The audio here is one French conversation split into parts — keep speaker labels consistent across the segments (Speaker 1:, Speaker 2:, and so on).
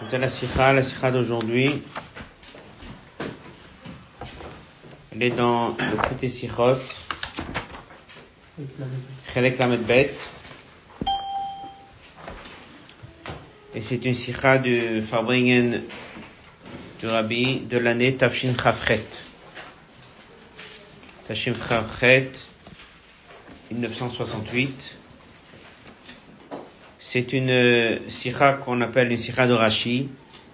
Speaker 1: C'est la sikha d'aujourd'hui. Elle est dans le côté sikhot, Chelek Lamed Bet. Et c'est une sikha du Farbringen du Rabbi de l'année Tafshin Chafchet. Tafshin Chafchet, 1968. C'est une sikha qu'on appelle une sikha de Rashi.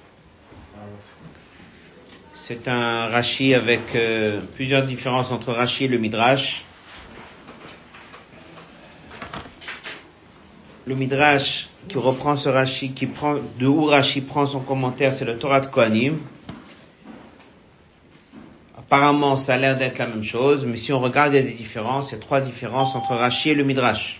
Speaker 1: C'est un Rashi avec plusieurs différences entre Rashi et le Midrash. Le Midrash qui reprend ce Rashi, de où Rashi prend son commentaire, c'est le Torah de Kohanim. Apparemment, ça a l'air d'être la même chose, mais si on regarde, il y a des différences. Il y a 3 différences entre Rashi et le Midrash.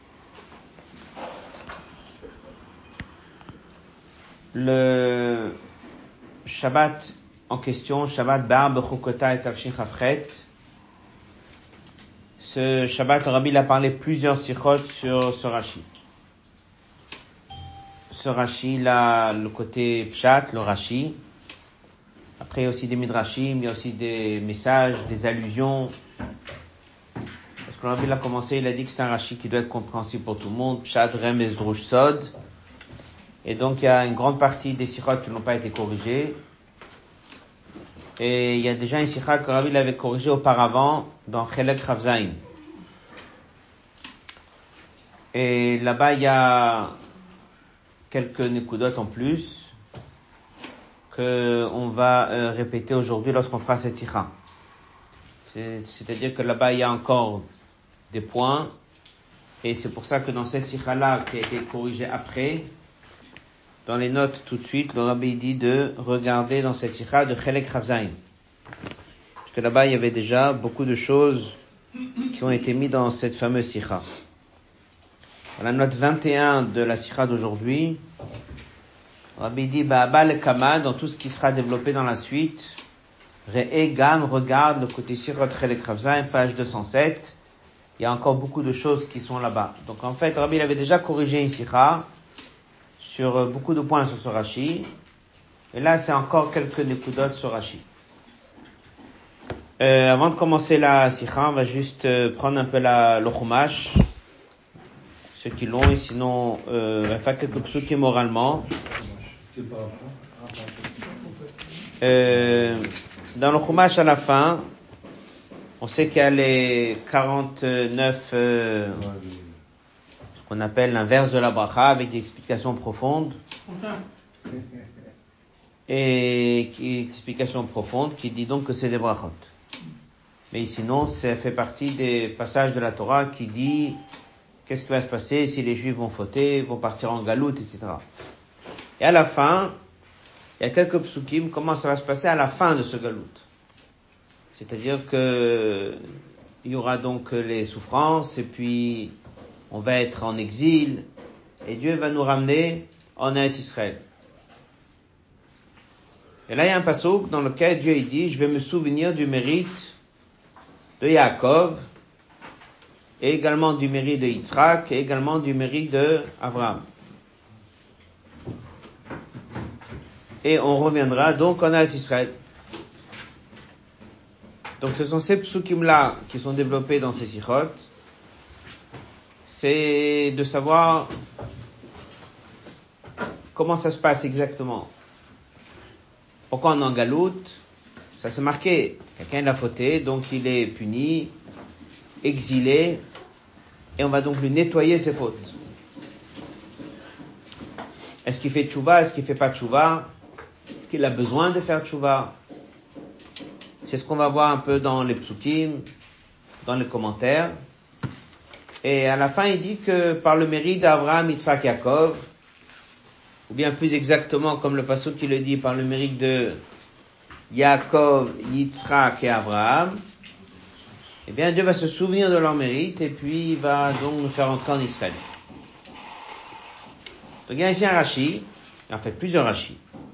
Speaker 1: Le Shabbat en question, Shabbat Bar Bechukota et Tafshin Chafchet. Ce Shabbat, le Rabbi a parlé plusieurs sikhot sur ce Rashi. Ce Rashi, il a le côté Pshat, le Rashi. Après, il y a aussi des Midrashim, il y a aussi des messages, des allusions. Parce que le Rabbi a commencé, il a dit que c'est un Rashi qui doit être compréhensible pour tout le monde. Pshat, Remez, Drush, Sod. Et donc, il y a une grande partie des sikhot qui n'ont pas été corrigées. Et il y a déjà une sikha que Rabbi l'avait corrigée auparavant dans Chelek Chavzaïn. Et là-bas, il y a quelques nekudotes en plus que on va répéter aujourd'hui lorsqu'on fera cette sikha. C'est-à-dire que là-bas, il y a encore des points. Et c'est pour ça que dans cette sikha-là, qui a été corrigée après, dans les notes tout de suite, le Rabbi dit de regarder dans cette sikha de Chelek Chavzaïn. Parce que là-bas, il y avait déjà beaucoup de choses qui ont été mises dans cette fameuse sikha. Dans la note 21 de la sikha d'aujourd'hui, le Rabbi dit, Ba'abal Kama, dans tout ce qui sera développé dans la suite, Re'e Gam, regarde le côté sikhot Chelek Chavzaïn, page 207. Il y a encore beaucoup de choses qui sont là-bas. Donc en fait, le Rabbi avait déjà corrigé une sikha sur beaucoup de points sur ce Rashi. Et là, c'est encore quelques nekudotes sur Rashi. Avant de commencer la sikha, on va juste prendre un peu le chumash, ceux qui l'ont, et sinon, on va faire quelques psukim oralement. Dans le chumash à la fin, on sait qu'il y a les 49, ce qu'on appelle l'inverse de la bracha, avec des explications profondes. Et explication profonde qui dit donc que c'est des brachot. Mais sinon, ça fait partie des passages de la Torah qui dit qu'est-ce qui va se passer si les Juifs vont fauter, vont partir en galoute, etc. Et à la fin, il y a quelques psukim, comment ça va se passer à la fin de ce galoute. C'est-à-dire que il y aura donc les souffrances, et puis on va être en exil, et Dieu va nous ramener en Eretz Israël. Et là, il y a un passouk dans lequel Dieu dit, je vais me souvenir du mérite de Yaakov, et également du mérite de Yitzhak, et également du mérite de Abraham. Et on reviendra donc en Eretz Israël. Donc ce sont ces psukim-là qui sont développés dans ces sikhot. C'est de savoir comment ça se passe exactement. Pourquoi on est en galoute? Ça s'est marqué. Quelqu'un l'a fauté, donc il est puni, exilé, et on va donc lui nettoyer ses fautes. Est-ce qu'il fait tchouva? Est-ce qu'il fait pas tchouva? Est-ce qu'il a besoin de faire tchouva? C'est ce qu'on va voir un peu dans les psukim, dans les commentaires. Et à la fin, il dit que par le mérite d'Abraham, Yitzhak, Yaakov, ou bien plus exactement, comme le passage qui le dit, par le mérite de Yaakov, Yitzhak et Abraham, eh bien Dieu va se souvenir de leur mérite et puis il va donc nous faire entrer en Israël. Donc il y a ici un Rashi, en fait plusieurs Rashi.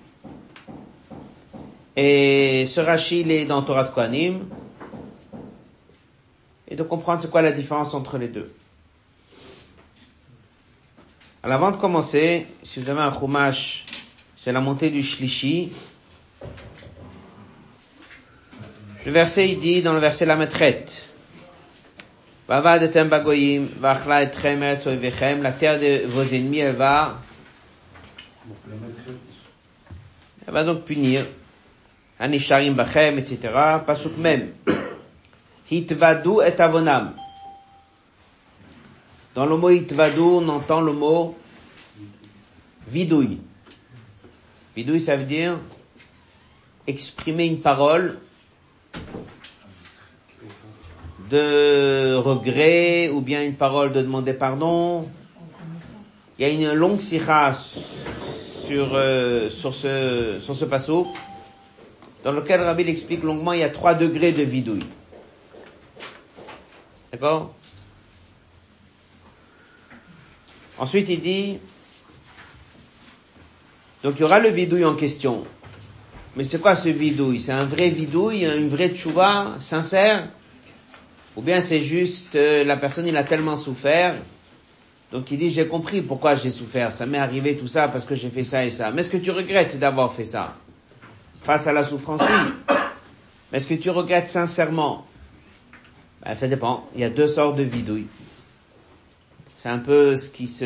Speaker 1: Et ce Rashi, il est dans Torah de Kohanim. Et de comprendre c'est quoi la différence entre les deux. Alors avant de commencer, si vous avez un chumash c'est la montée du Shlishi. Le verset, il dit, dans le verset Lametret, Vavad etem bagoyim, vachla etrem eretz oivechem, la terre de vos ennemis, elle va donc punir. Anisharim bachem, etc. Pasuk même. Hitvadu et avonam. Dans le mot hitvadu, on entend le mot vidouille. Vidouille, ça veut dire exprimer une parole de regret ou bien une parole de demander pardon. Il y a une longue sikha sur ce pasuk dans lequel Rabbi l'explique longuement. Il y a 3 degrés de vidouille. D'accord? Ensuite, il dit, donc il y aura le vidouille en question. Mais c'est quoi ce vidouille? C'est un vrai vidouille, une vraie tchouva sincère? Ou bien c'est juste, la personne, il a tellement souffert, donc il dit, j'ai compris pourquoi j'ai souffert, ça m'est arrivé tout ça parce que j'ai fait ça et ça. Mais est-ce que tu regrettes d'avoir fait ça? Face à la souffrance, oui. Mais est-ce que tu regrettes sincèrement? Ça dépend. Il y a 2 sortes de vidouille. C'est un peu ce qui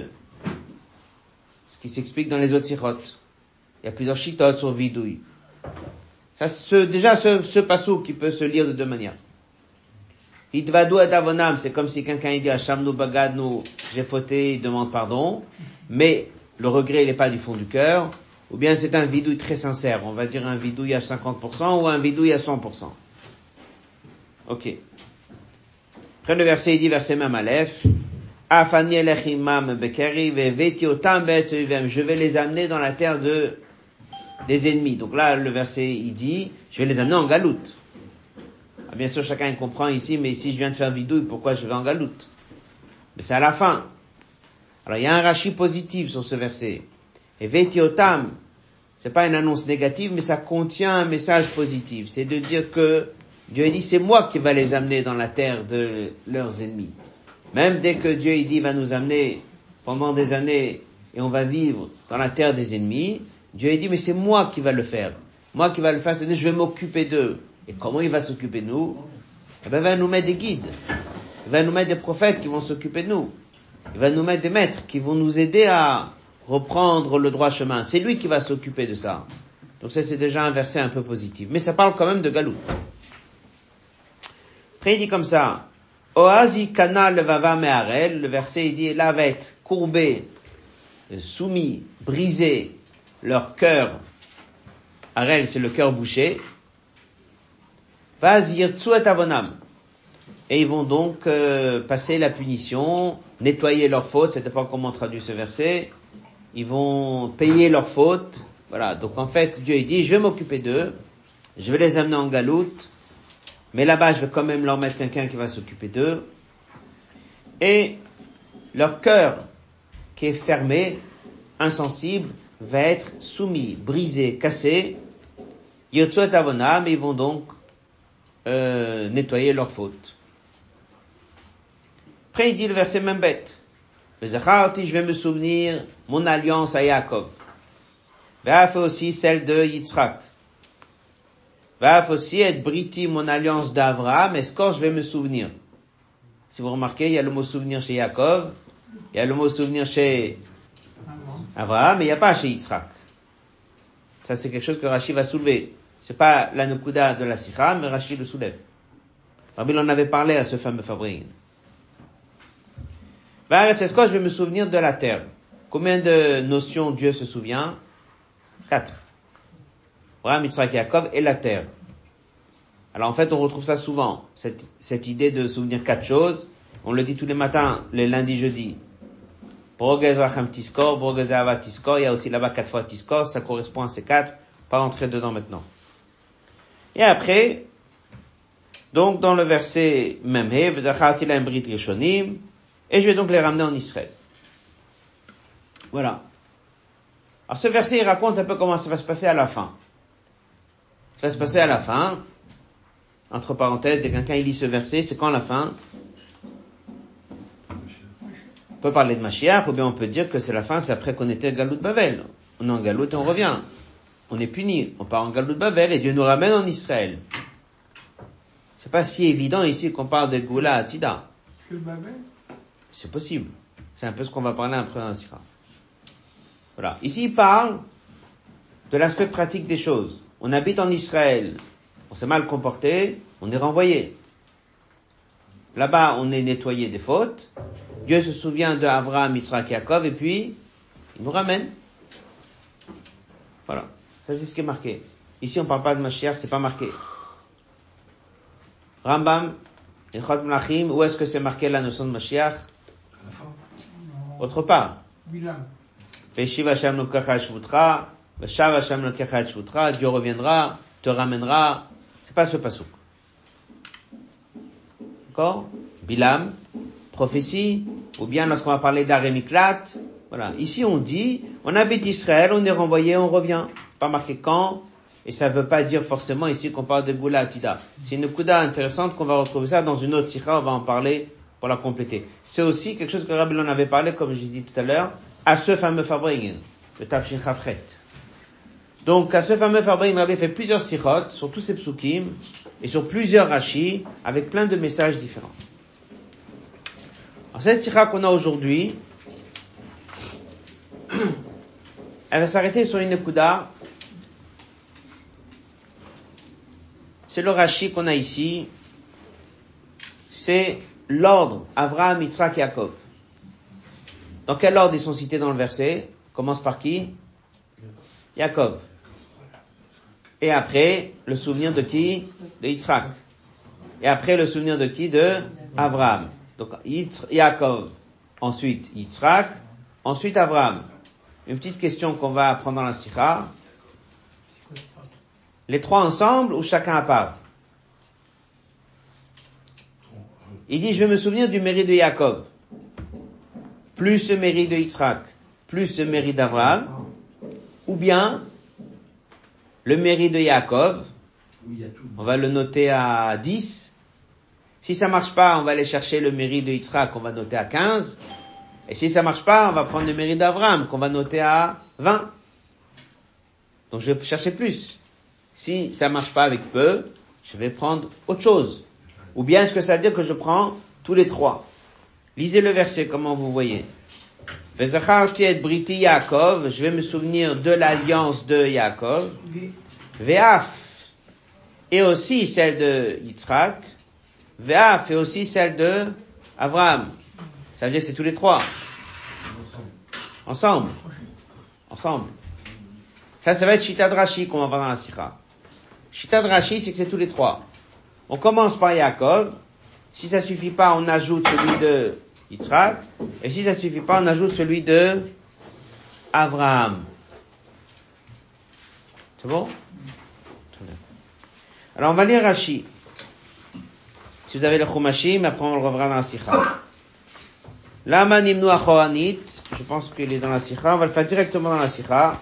Speaker 1: s'explique dans les autres sirotes. Il y a plusieurs chitotes sur vidouille. Ça, ce passouk qui peut se lire de 2 manières. Hitvadu et avonam, c'est comme si quelqu'un dit Hashamnu bagadnu, j'ai fauté, il demande pardon, mais le regret, il n'est pas du fond du cœur. Ou bien c'est un vidouille très sincère. On va dire un vidouille à 50% ou un vidouille à 100%. Ok. Après le verset, il dit, verset même Aleph, Afani elechimam bekeri veveti otam be'etzevem. Je vais les amener dans la terre des ennemis. Donc là, le verset, il dit, je vais les amener en galoute. Bien sûr, chacun comprend ici, mais si je viens de faire vidouille, pourquoi je vais en galoute? Mais c'est à la fin. Alors, il y a un rachi positif sur ce verset. Et veti otam, c'est pas une annonce négative, mais ça contient un message positif. C'est de dire que Dieu a dit, c'est moi qui va les amener dans la terre de leurs ennemis. Même dès que Dieu, il dit, va nous amener pendant des années et on va vivre dans la terre des ennemis, Dieu a dit, mais c'est moi qui va le faire. Moi qui va le faire, c'est-à-dire, je vais m'occuper d'eux. Et comment il va s'occuper de nous? Eh ben, il va nous mettre des guides. Il va nous mettre des prophètes qui vont s'occuper de nous. Il va nous mettre des maîtres qui vont nous aider à reprendre le droit chemin. C'est lui qui va s'occuper de ça. Donc ça, c'est déjà un verset un peu positif. Mais ça parle quand même de galoute. Après, il dit comme ça, Oazi kana levava me'arel, le verset, il dit, là va être courbé, soumis, brisé, leur cœur. Arel, c'est le cœur bouché. Vazir tsuet avonam. Et ils vont donc passer la punition, nettoyer leurs fautes. Ça dépend comment on traduit ce verset. Ils vont payer leurs fautes. Voilà. Donc en fait, Dieu il dit, je vais m'occuper d'eux. Je vais les amener en galoute. Mais là-bas, je vais quand même leur mettre quelqu'un qui va s'occuper d'eux. Et leur cœur, qui est fermé, insensible, va être soumis, brisé, cassé. Yotsuet avonam. Et ils vont donc nettoyer leurs fautes. Après, il dit le verset même bête. Je vais me souvenir mon alliance à Yaakov. V'af aussi celle de Yitzhak. V'af aussi être briti mon alliance d'Avraham. Est-ce que je vais me souvenir? Si vous remarquez, il y a le mot souvenir chez Yaakov, il y a le mot souvenir chez Avraham, mais il n'y a pas chez Yitzhak. Ça, c'est quelque chose que Rashi va soulever. C'est pas la Nukuda de la Sikha, mais Rashi le soulève. Rabbi en avait parlé à ce fameux Fabrin. Est-ce que je vais me souvenir de la terre? Combien de notions Dieu se souvient? 4. Abraham, Yitzhak, Yaakov et la terre. Alors en fait, on retrouve ça souvent, cette idée de souvenir 4 choses. On le dit tous les matins, les lundis, jeudis. Brogez Racham Tiskor, Brogez Ava Tiskor, il y a aussi là-bas 4 fois Tiskor, ça correspond à ces 4. Pas rentrer dedans maintenant. Et après, donc dans le verset Memhe, V'zacharti lahem brit rishonim, et je vais donc les ramener en Israël. Voilà. Alors ce verset, il raconte un peu comment ça va se passer à la fin. Ça va se passer à la fin. Entre parenthèses, dès que quelqu'un il lit ce verset, c'est quand la fin? On peut parler de Mashiach, ou bien on peut dire que c'est la fin, c'est après qu'on était à Galout Bavel. on est en galoute et on revient. On est puni. On part en galoute Babel et Dieu nous ramène en Israël. C'est pas si évident ici qu'on parle de Goula Atida.
Speaker 2: Que Babel?
Speaker 1: C'est possible. C'est un peu ce qu'on va parler après dans la Sira. Voilà. Ici, il parle de l'aspect pratique des choses. On habite en Israël. On s'est mal comporté. On est renvoyé. Là-bas, on est nettoyé des fautes. Dieu se souvient de Abraham, Yitzhak, Yaakov, et puis, il nous ramène. Voilà. Ça, c'est ce qui est marqué. Ici, on parle pas de Mashiach, c'est pas marqué. Rambam, Ilchot Melachim, où est-ce que c'est marqué la notion de Mashiach? Autre part.
Speaker 2: Bilam.
Speaker 1: Veshiv Hashem Lokecha Shvutra, Veshav Hashem Lokecha Shvutra, Dieu reviendra, te ramènera. C'est pas ce pasouk. D'accord? Bilam, prophétie, ou bien lorsqu'on va parler d'Arémiklat. Voilà. Ici, on dit, on habite Israël, on est renvoyé, on revient. Pas marqué quand, et ça veut pas dire forcément ici qu'on parle de Goula Atida. C'est une kuda intéressante qu'on va retrouver ça dans une autre sikha, on va en parler pour la compléter. C'est aussi quelque chose que Rabbi en avait parlé, comme j'ai dit tout à l'heure, à ce fameux Farbringen, le Tafshin Chafret. Donc, à ce fameux Farbringen, Rabbi fait plusieurs sikhot sur tous ces psukim, et sur plusieurs rachis, avec plein de messages différents. Alors, cette sikha qu'on a aujourd'hui, elle va s'arrêter sur une kuda. C'est le Rashi qu'on a ici. C'est l'ordre Avraham, Yitzhak, Yaakov. Dans quel ordre ils sont cités dans le verset? Commence par qui? Yaakov. Et après, le souvenir de qui? De Yitzhak. Et après, le souvenir de qui? De Avraham. Donc, Yaakov. Ensuite, Yitzhak. Ensuite, Avraham. Une petite question qu'on va apprendre dans la sikha. Les trois ensemble ou chacun à part? Il dit, je vais me souvenir du mérite de Yaakov, plus le mérite de Yitzhak, plus le mérite d'Abraham, ou bien le mérite de Yaakov, on va le noter à 10. Si ça marche pas, on va aller chercher le mérite de Yitzhak, on va noter à 15. Et si ça marche pas, on va prendre le mérite d'Abraham, qu'on va noter à 20. Donc je vais chercher plus. Si ça marche pas avec peu, je vais prendre autre chose. Ou bien est-ce que ça veut dire que je prends tous les trois? Lisez le verset, comment vous voyez. Vezacharti et briti Yaakov, je vais me souvenir de l'alliance de Yaakov. Ve'af, et aussi celle de Yitzhak. Ve'af, et aussi celle de Avraham. Ça veut dire que c'est tous les trois. Ensemble. Ça va être Shita Drashi qu'on va voir dans la sikha. Shita Drashi, c'est que c'est tous les trois. On commence par Yaakov. Si ça suffit pas, on ajoute celui de Yitzhak. Et si ça suffit pas, on ajoute celui de Avraham. C'est bon? Très bien. Alors, on va lire Rashi. Si vous avez le Chumashim, après on le reverra dans la sikha. Lama nimnu achoranit. Je pense qu'il est dans la sikha. On va le faire directement dans la sikha.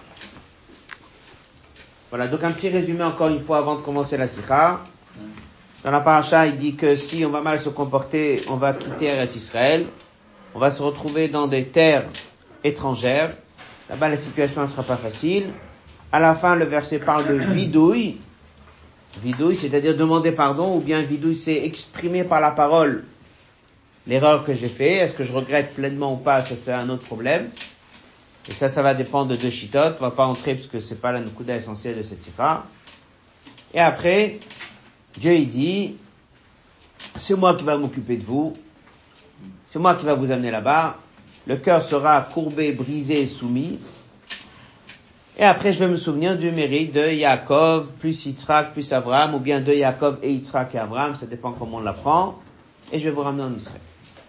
Speaker 1: Voilà, donc un petit résumé encore une fois avant de commencer la sikha. Dans la paracha, il dit que si on va mal se comporter, on va quitter Eretz Israël. On va se retrouver dans des terres étrangères. Là-bas, la situation ne sera pas facile. À la fin, le verset parle de vidouille. Vidouille, c'est-à-dire demander pardon, ou bien vidouille, c'est exprimer par la parole l'erreur que j'ai fait. Est-ce que je regrette pleinement ou pas? Ça, c'est un autre problème. Et ça va dépendre de deux chitotes. On va pas entrer parce que c'est pas la nukuda essentielle de cette sikha. Et après, Dieu, il dit, c'est moi qui va m'occuper de vous. C'est moi qui va vous amener là-bas. Le cœur sera courbé, brisé, soumis. Et après, je vais me souvenir du mérite de Yaakov, plus Yitzhak, plus Abraham, ou bien de Yaakov et Yitzhak et Abraham. Ça dépend comment on l'apprend. Et je vais vous ramener en Israël.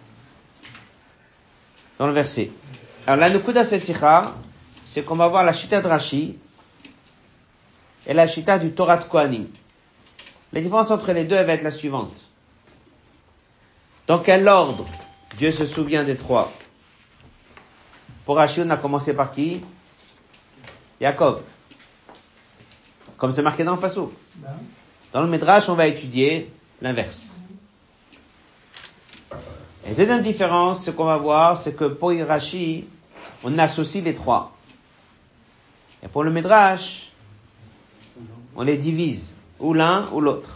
Speaker 1: Dans le verset. Alors, la nukuda cette sikha, c'est qu'on va voir la shita de Rashi et la shita du Torah de Kohanim. La différence entre les deux, elle va être la suivante. Dans quel ordre Dieu se souvient des trois? Pour Rashi, on a commencé par qui? Yaakov. Comme c'est marqué dans le Passouk. Dans le Midrash, on va étudier l'inverse. Et deuxième différence, ce qu'on va voir, c'est que pour Rashi, on associe les trois. Et pour le Midrash, on les divise, ou l'un ou l'autre.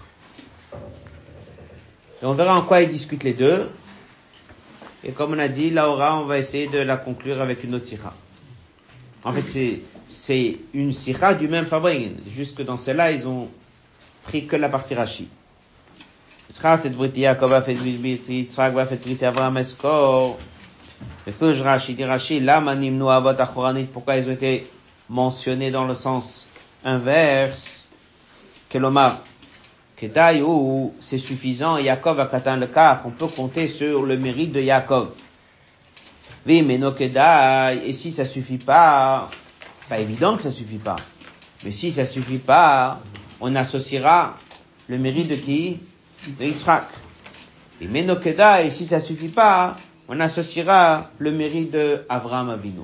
Speaker 1: Et on verra en quoi ils discutent les deux. Et comme on a dit, la Hora, on va essayer de la conclure avec une autre sikha. En fait, c'est une sikha du même fabrique. Juste que dans celle-là, ils ont pris que la partie Rashi. Yitzchak et Briti Yaakov a fait Briti Yitzchak va fait Briti Avraham Eskor. Le que Rashi dit Rashi, là, manimnu avot achoranit, pourquoi ils ont été mentionnés dans le sens inverse? Kelomar. Kedai ou c'est suffisant, Yaakov a katan le kach, on peut compter sur le mérite de Yaakov. Oui, mais no kedai, et si ça suffit pas évident que ça suffit pas. Mais si ça suffit pas, on associera le mérite de qui? De Yitzhak. Et mais no kedai, et si ça suffit pas, on associera le mérite de Avraham Avinu.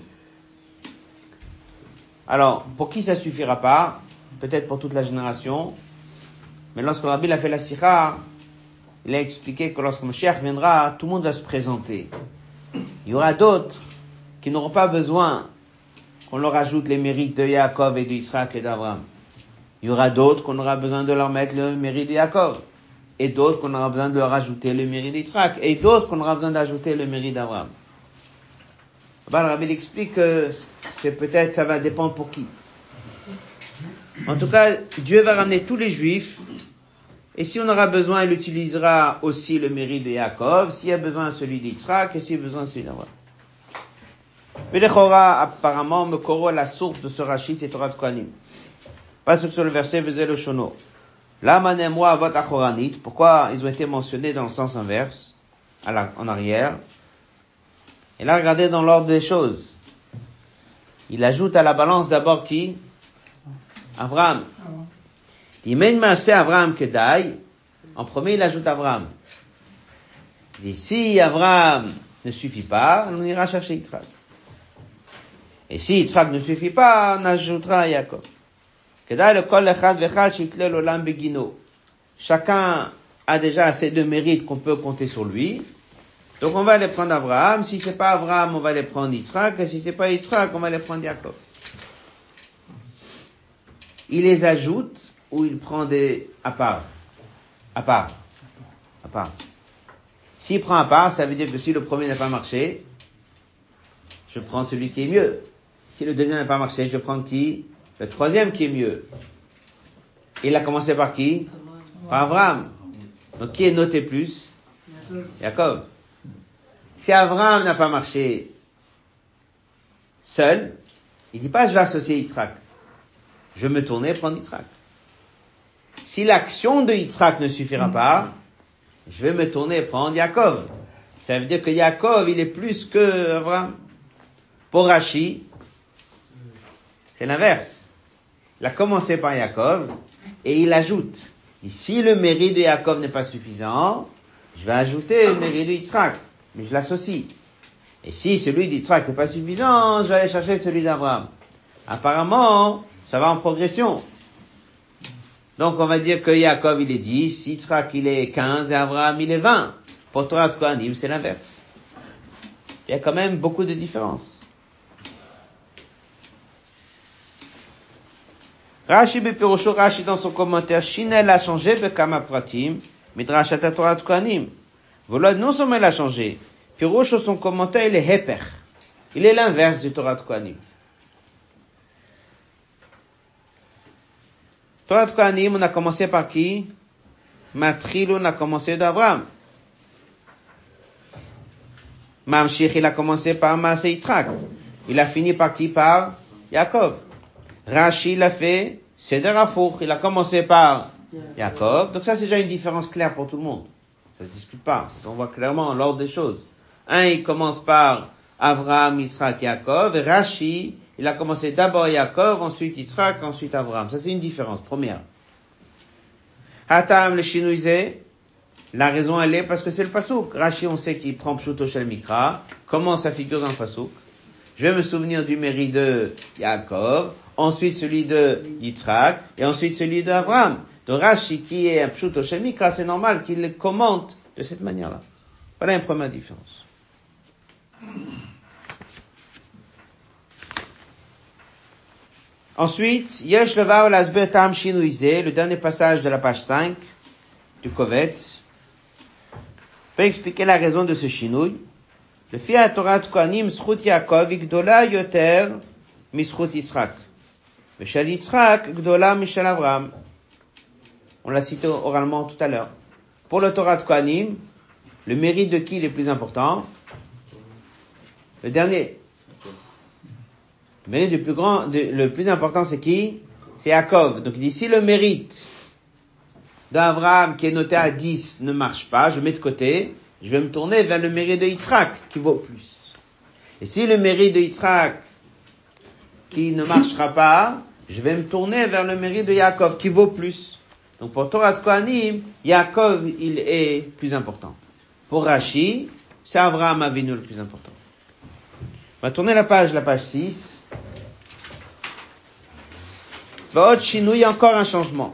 Speaker 1: Alors, pour qui ça suffira pas? Peut-être pour toute la génération. Mais lorsque le Rabbi a fait la sikha, il a expliqué que lorsque Mashiach viendra, tout le monde va se présenter. Il y aura d'autres qui n'auront pas besoin qu'on leur ajoute les mérites de Yaakov et d'Israël et d'Abraham. Il y aura d'autres qu'on aura besoin de leur mettre le mérite de Yaakov. Et d'autres qu'on aura besoin de leur ajouter le mérite d'Israël. Et d'autres qu'on aura besoin d'ajouter le mérite d'Abraham. Le Rabbi explique que c'est peut-être, ça va dépendre pour qui. En tout cas, Dieu va ramener tous les Juifs. Et si on aura besoin, il utilisera aussi le mérite de Yaakov. S'il y a besoin, celui d'Yitzhak. Et s'il y a besoin, celui d'Abraham. Mais les Chora, apparemment, Mekoro, la source de ce Rashi, c'est Torah de Kohanim. Pas sur le verset, Vezé le Shono. Là, manemwa avot achoranit. Pourquoi ils ont été mentionnés dans le sens inverse, en arrière? Et là, regardez dans l'ordre des choses. Il ajoute à la balance d'abord qui? Avraham. Il met une masse à Avraham Kedai. En premier, il ajoute Avraham. Il dit, si Avraham ne suffit pas, on ira chercher Yitzhak. Et si Yitzhak ne suffit pas, on ajoutera Yaakov. Kedai le kol echad vechad shitle l'olam begino. Chacun a déjà assez de mérite qu'on peut compter sur lui. Donc on va les prendre Avraham. Si c'est pas Avraham, on va les prendre Yitzhak. Et si c'est pas Yitzhak, on va les prendre Yaakov. Il les ajoute ou il prend des à part. S'il prend à part, ça veut dire que si le premier n'a pas marché, je prends celui qui est mieux. Si le deuxième n'a pas marché, je prends qui? Le troisième qui est mieux. Il a commencé par qui? Par Avraham. Donc qui est noté plus? Yaakov. Si Avraham n'a pas marché seul, il dit pas je vais associer Yitzhak. Je vais me tourner et prendre Yitzhak. Si l'action de Yitzhak ne suffira pas, je vais me tourner et prendre Yaakov. Ça veut dire que Yaakov, il est plus que Avraham. Pour Rashi, c'est l'inverse. Il a commencé par Yaakov et il ajoute. Et si le mérite de Yaakov n'est pas suffisant, je vais ajouter le mérite de Yitzhak, mais je l'associe. Et si celui d'Yitzhak n'est pas suffisant, je vais aller chercher celui d'Abraham. Apparemment, ça va en progression. Donc on va dire que Yaakov il est 10, Yitzhak il est 15 et Abraham il est 20. Pour Torah de Kohanim, c'est l'inverse. Il y a quand même beaucoup de différences. Rashi Bepirosho, Rashi dans son commentaire, Shinel a changé Bekama Pratim, Midrashat Torah de Kohanim. Voilà, non seulement il a changé, Pirosho son commentaire il est Heper. Il est l'inverse du Torah de Kohanim. Torah de Kohanim, on a commencé par qui? Matril, on a commencé d'Abraham. Mamshich, il a commencé par Maase Yitzhak. Il a fini par qui? Par Yaakov. Rashi, il a fait Seder Afour. Il a commencé par Yaakov. Donc ça, c'est déjà une différence claire pour tout le monde. Ça se discute pas. On voit clairement l'ordre des choses. Un, il commence par Avraham, Yitzhak, Yaakov. Et Rashi, il a commencé d'abord Yaakov, ensuite Yitzhak, ensuite Avraham. Ça, c'est une différence. Première. Hatam, le Shinouizé. La raison, elle est parce que c'est le Passouk. Rashi, on sait qu'il prend Pshuto Shel Mikra. Comment ça figure dans le Passouk? Je vais me souvenir du mérite de Yaakov, ensuite celui de Yitzhak, et ensuite celui d'Abraham. Donc Rashi, qui est un Pshuto Shel Mikra, c'est normal qu'il le commente de cette manière-là. Voilà une première différence. Ensuite, Yesh Leva Lasber Tam Shinouizé, le dernier passage de la page 5 du Kovetz, peut expliquer la raison de ce shinouï. Le Fiat Torah Kohanim Zchut Yaakov Gdola Yoter Mischut Yitzchak. Mishal Yitzchak Gdola Mishal Avram. On l'a cité oralement tout à l'heure. Pour le Torah de Kohanim, le mérite de qui est le plus important? Le dernier. Le mérite le plus important, c'est qui? C'est Yaakov. Donc il dit, si le mérite d'Abraham qui est noté à 10 ne marche pas, je mets de côté, je vais me tourner vers le mérite de Yitzhak qui vaut plus. Et si le mérite de Yitzhak qui ne marchera pas, je vais me tourner vers le mérite de Yaakov qui vaut plus. Donc pour Torah de Kohanim, Yaakov il est plus important. Pour Rashi, c'est Abraham Avinu le plus important. On va tourner la page 6. Vaot Shinou, il y a encore un changement.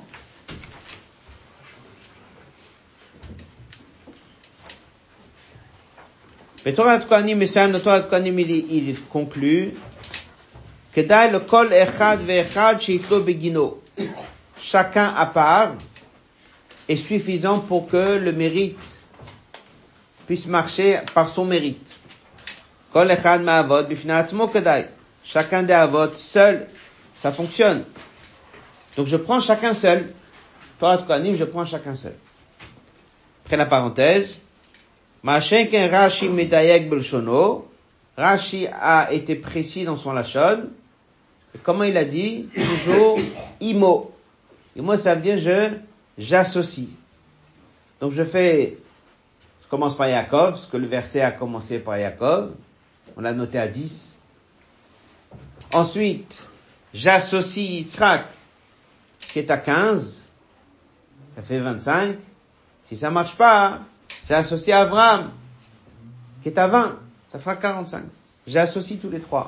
Speaker 1: Le Torah de Kohanim, le Torah de Kohanim, il conclut que dai le kol echad ve'echad sheitlo begino. Chacun à part est suffisant pour que le mérite puisse marcher par son mérite. Kol echad ma'avot bifnei atzmo kedai. Chacun des avot seul, ça fonctionne. Donc je prends chacun seul. Torah de Kohanim, je prends chacun seul. Après la parenthèse, Ma'ashenken Rashi medayek belshono. Rashi a été précis dans son lachon. Et comment il a dit? Toujours imo. Imo, ça veut dire j'associe. Donc je commence par Yaakov, parce que le verset a commencé par Yaakov. On l'a noté à 10. Ensuite, j'associe Yitzhak, qui est à 15. Ça fait 25. Si ça marche pas, j'associe Abraham, qui est à 20. Ça fera 45. J'associe tous les trois.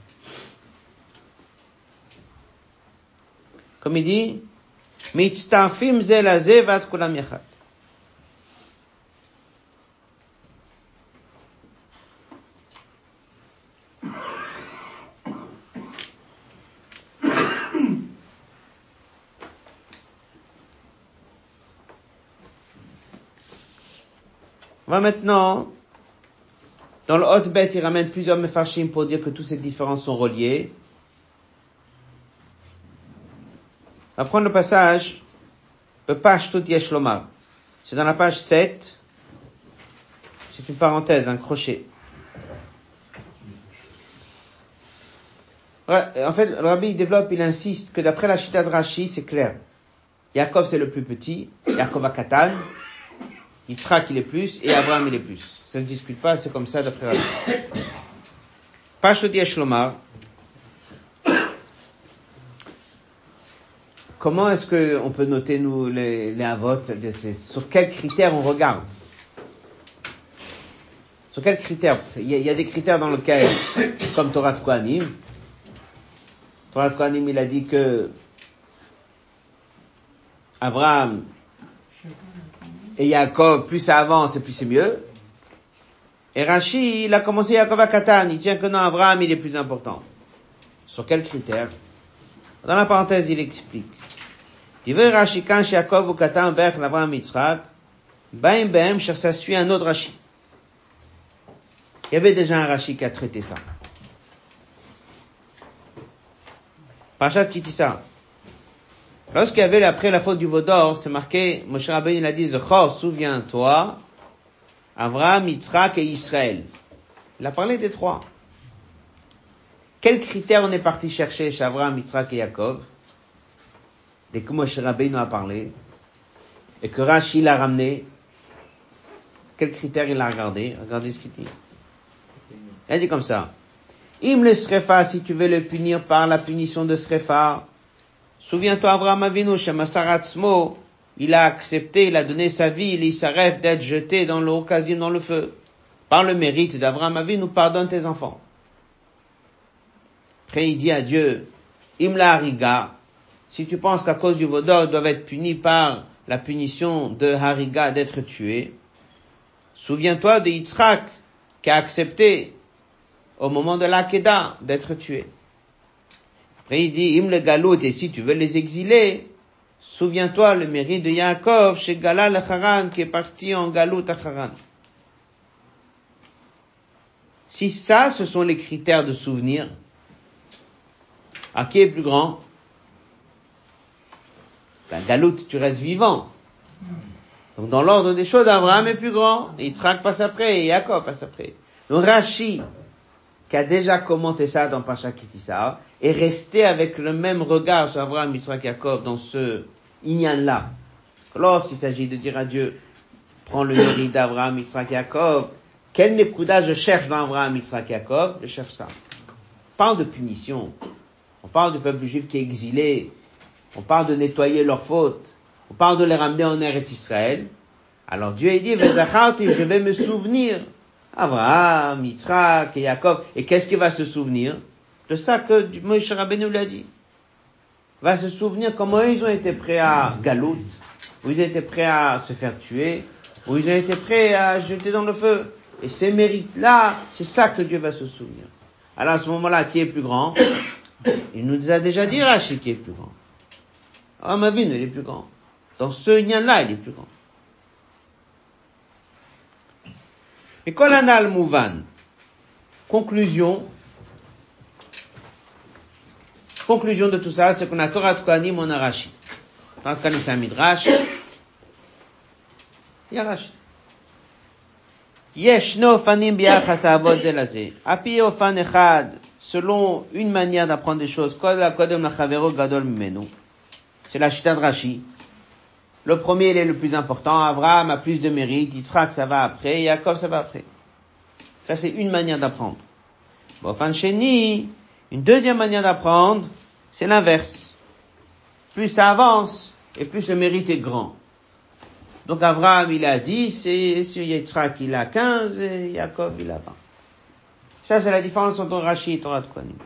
Speaker 1: Comme il dit, Mitztafim ze la ze vat kulam yachad. On va maintenant, dans le Hot Bet, il ramène plusieurs mefarshim pour dire que toutes ces différences sont reliées. On va prendre le passage, le page tout yesh lomar. C'est dans la page 7. C'est une parenthèse, un crochet. En fait, le Rabbi développe, il insiste que d'après la Shita de Rashi, c'est clair. Yaakov c'est le plus petit, Yaakov a Katan, Yitzhak il est plus, et Abraham il est plus. Ça se discute pas, c'est comme ça d'après Rashi. Pashut yesh lomar. Comment est-ce que on peut noter nous les avot? Sur quels critères on regarde? Sur quels critères? Il y a des critères dans lesquels, comme Torah de Kohanim. Torah de Kohanim il a dit que Abraham et Yaakov, plus ça avance et plus c'est mieux. Et Rashi, il a commencé Yaakov à Katan, il tient que non, Abraham, il est plus important. Sur quels critères? Dans la parenthèse, il explique. Divrei Rashi, quand Yaakov ou Katan, Bech, Abraham, Yitzhak, Baim Baim, ça suit un autre Rashi. Il y avait déjà un Rashi qui a traité ça. Parashat Kitissa. Lorsqu'il y avait après la faute du veau d'or, c'est marqué, Moshe Rabbeinu il a dit, Zechor, souviens-toi, Avraham, Yitzhak et Israël. Il a parlé des trois. Quels critères on est parti chercher chez Avraham, Yitzhak et Yaakov? Dès que Moshe Rabbeinu a parlé, et que Rashi l'a ramené, quels critères il a regardé? Regardez ce qu'il dit. Il a dit comme ça. Im le srefa, si tu veux le punir par la punition de srefa, souviens-toi, Avraham Avinu, Shemasar Atzmo, il a accepté, il a donné sa vie, il s'arrête d'être jeté dans l'occasion, dans le feu. Par le mérite d'Avraham Avinu, pardonne tes enfants. Après, il dit à Dieu, Imla Hariga, si tu penses qu'à cause du veau d'or, ils doivent être punis par la punition de Hariga, d'être tués, souviens-toi de Yitzhak, qui a accepté, au moment de l'Akedah, d'être tué. Après, il dit, im le galout, et si tu veux les exiler, souviens-toi le mérite de Yaakov chez Gala le Haran, qui est parti en galout à Haran. Si ça, ce sont les critères de souvenir, à qui est plus grand? Ben, galout, tu restes vivant. Donc, dans l'ordre des choses, Abraham est plus grand, Yitzhak passe après, et Yaakov passe après. Donc, Rashi, qui a déjà commenté ça dans Pacha Kitissa, est resté avec le même regard sur Abraham, Yitzhak, Yaakov dans ce inyan-là. Lorsqu'il s'agit de dire à Dieu, prends le mérite d'Abraham, Yitzhak, Yaakov, quel nekuda je cherche dans Abraham, Yitzhak, Yaakov, je cherche ça. On parle de punition. On parle du peuple juif qui est exilé. On parle de nettoyer leurs fautes. On parle de les ramener en Eretz Israël. Alors Dieu a dit, je vais me souvenir. Abraham, Yitzhak et Yaakov. Et qu'est-ce qu'il va se souvenir? De ça que Moïse Rabbeinu l'a dit. Il va se souvenir comment ils ont été prêts à Galout, où ils étaient prêts à se faire tuer, où ils ont été prêts à jeter dans le feu. Et ces mérites-là, c'est ça que Dieu va se souvenir. Alors à ce moment-là, qui est plus grand? Il nous a déjà dit Rashi qui est plus grand. Alors Mavin, il est plus grand. Dans ce lien-là, il est plus grand. Et Kolanal Mouvan. Conclusion de tout ça, c'est qu'on a Torah de Kohanim, on a Rashi. Torah de Kohanim, c'est un Midrash. Il y a Rashi. Yeshno fanim biachas avod zelazé. Api ofan echad, selon une manière d'apprendre des choses, kodem lachavero gadol mimenu. C'est la chita de Rashi. Le premier, il est le plus important. Abraham a plus de mérite. Yitzhak, ça va après. Yaakov, ça va après. Ça, c'est une manière d'apprendre. Ofan sheni, une deuxième manière d'apprendre, c'est l'inverse. Plus ça avance, et plus le mérite est grand. Donc Abraham, il a 10, et Yitzhak, il a 15, et Yaakov, il a 20. Ça, c'est la différence entre Rashi et Torah de Kohanim.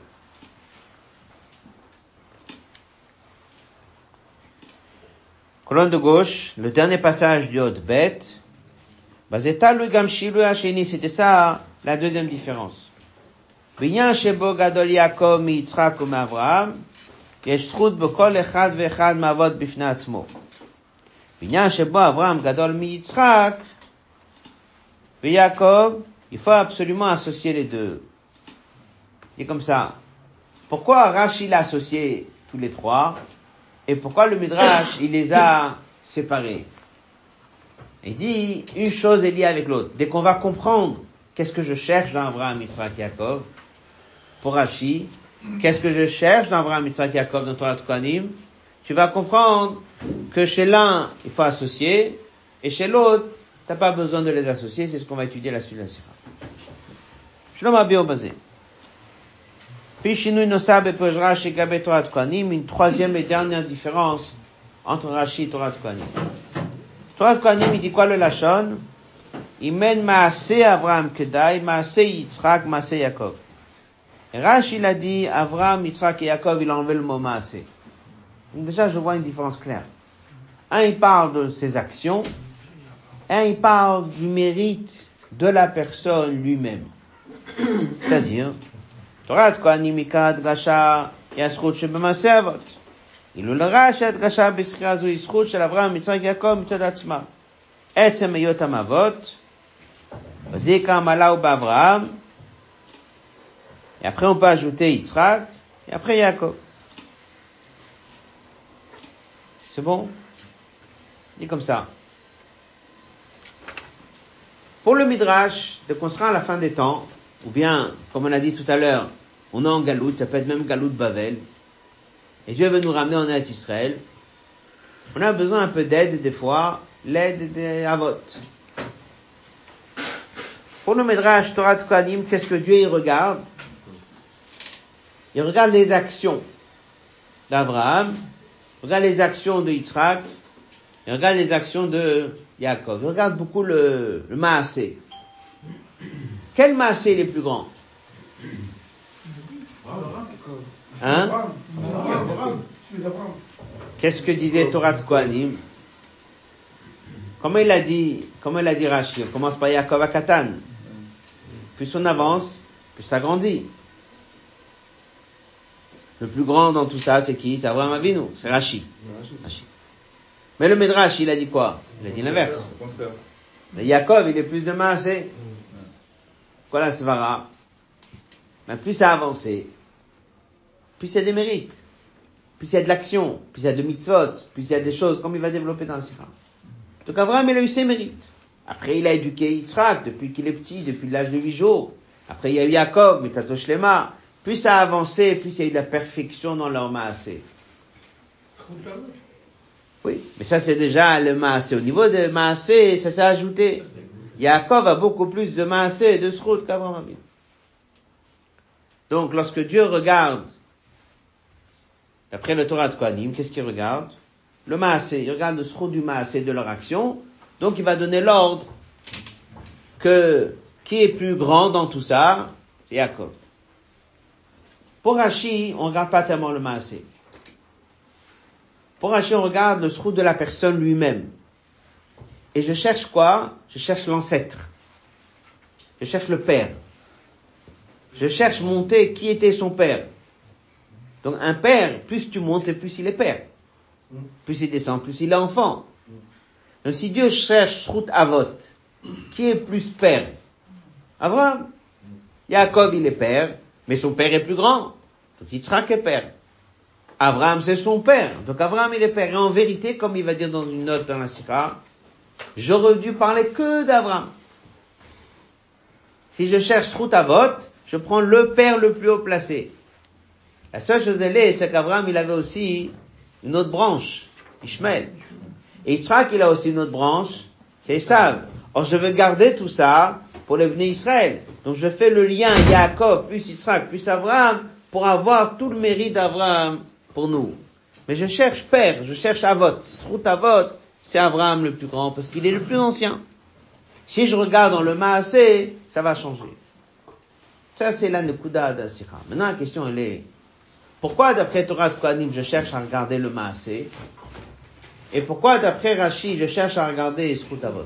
Speaker 1: Colonne de gauche, le dernier passage du Hot Bet. Bazeta lui gamshilu hasheni, c'était ça, la deuxième différence. Binyan shebo gadol Yaakov mi Yitzhak ou mi Avraham, yesh zchut b'kol echad ve'echad ma'avod b'fnei atzmo. Binyan shebo Avraham gadol mi Yitzhak, ve'Yaakov, il faut absolument associer les deux. Et comme ça. Pourquoi Rashi l'a associé tous les trois? Et pourquoi le Midrash, il les a séparés? Il dit, une chose est liée avec l'autre. Dès qu'on va comprendre qu'est-ce que je cherche dans Abraham, Yitzhak, Yaakov, pour Rashi, qu'est-ce que je cherche dans Abraham, Yitzhak, Yaakov, dans Torah de Kohanim, tu vas comprendre que chez l'un, il faut associer, et chez l'autre, t'as pas besoin de les associer, c'est ce qu'on va étudier la suite de la Sira. Shlom Abio Bazé. Puis Shinui Nosab et Rashi Gabé Torah de Kohanim, une troisième et dernière différence entre Rashi et Torah de Kohanim. Torah de Kohanim, il dit quoi le Lachon? Il mène Maaseh Avraham Kedai, Maaseh Yitzhak, Maaseh Yaakov. Et Rashi, il a dit Avraham, Yitzhak et Yaakov, il a enlevé le mot Maaseh. Donc déjà, je vois une différence claire. Un, il parle de ses actions. Un, il parle du mérite de la personne lui-même. C'est-à-dire, Torah de Kohanim Mikad Gasha Yaschut Shebemaaseh Avot. אילו לרש ההדגשה בסחירה זו היא זכות של אברהם, יצחק יעקב מצד עצמם. עצם היותם אבות, בזיקה המעלה הוא באברהם, et après on peut ajouter Yitzhak, et après Yaakov. C'est bon? Il est comme ça. Pour le Midrash, de qu'on sera à la fin des temps, ou bien, comme on a dit tout à l'heure, on est en Galout, ça peut être même Galout Bavel, et Dieu veut nous ramener en Eretz Israël, on a besoin un peu d'aide des fois, l'aide des Avot. Pour le Midrash Torah de Kohanim, qu'est-ce que Dieu il regarde? Il regarde les actions d'Abraham, il regarde les actions de Yitzhak, il regarde les actions de Yaakov. Il regarde beaucoup le Maaseh. Quel Maaseh est le plus grand? Hein? Qu'est-ce que disait Torah de Kohanim? Comment il a dit Rashi? On commence par Yaakov à Katan. Plus on avance, plus ça grandit. Le plus grand dans tout ça, c'est qui? C'est Abraham Avinu, c'est Rashi. Mais le Midrash, il a dit quoi? Il a dit l'inverse. Le Yaakov, il est plus de Maasé. Quoi la Svara? Mais plus ça a avancé, plus il y a des mérites, plus il y a de l'action, plus il y a de mitzvot, plus il y a des choses comme il va développer dans le Sikha. Donc Abraham, il a eu ses mérites. Après, il a éduqué Yitzhak depuis qu'il est petit, depuis l'âge de 8 jours. Après, il y a eu Yaakov, Metato Shlema. Plus ça a avancé, plus il y a eu de la perfection dans leur Maasé. Oui, mais ça c'est déjà le Maasé. Au niveau de Maasé, ça s'est ajouté. Yaakov a beaucoup plus de Maasé et de Srout qu'Abraham. Donc, lorsque Dieu regarde, d'après le Torah de Kohanim, qu'est-ce qu'il regarde? Le Maasé. Il regarde le Srout du Maasé de leur action. Donc, il va donner l'ordre que, qui est plus grand dans tout ça? C'est Yaakov. Pour Rashi, on regarde pas tellement le Maasé. Pour Rashi, on regarde le Srout de la personne lui-même. Et je cherche quoi? Je cherche l'ancêtre. Je cherche le père. Je cherche monter qui était son père. Donc un père, plus tu montes, plus il est père. Plus il descend, plus il est enfant. Donc si Dieu cherche Srout Avot, qui est plus père? Abraham. Yaakov, il est père, mais son père est plus grand. Donc Yitzhak est père. Abraham, c'est son père. Donc Abraham, il est père. Et en vérité, comme il va dire dans une note dans la Sikha, j'aurais dû parler que d'Abraham. Si je cherche Srout Avot, je prends le père le plus haut placé. La seule chose c'est qu'Abraham, il avait aussi une autre branche, Ishmaël. Et Yitzhak, il a aussi une autre branche, c'est Esav. Or, je veux garder tout ça pour les Bnei Israël. Donc, je fais le lien Yaakov, plus Yitzhak, plus Abraham, pour avoir tout le mérite d'Abraham pour nous. Mais je cherche père, je cherche Avot. Srout Avot, c'est Abraham le plus grand, parce qu'il est le plus ancien. Si je regarde dans le Maasé, ça va changer. Ça, c'est la Nekuda d'Asira. Maintenant, la question, elle est, pourquoi, d'après Torah de Kohanim, je cherche à regarder le Maasé? Et pourquoi, d'après Rashi, je cherche à regarder Srout Avot?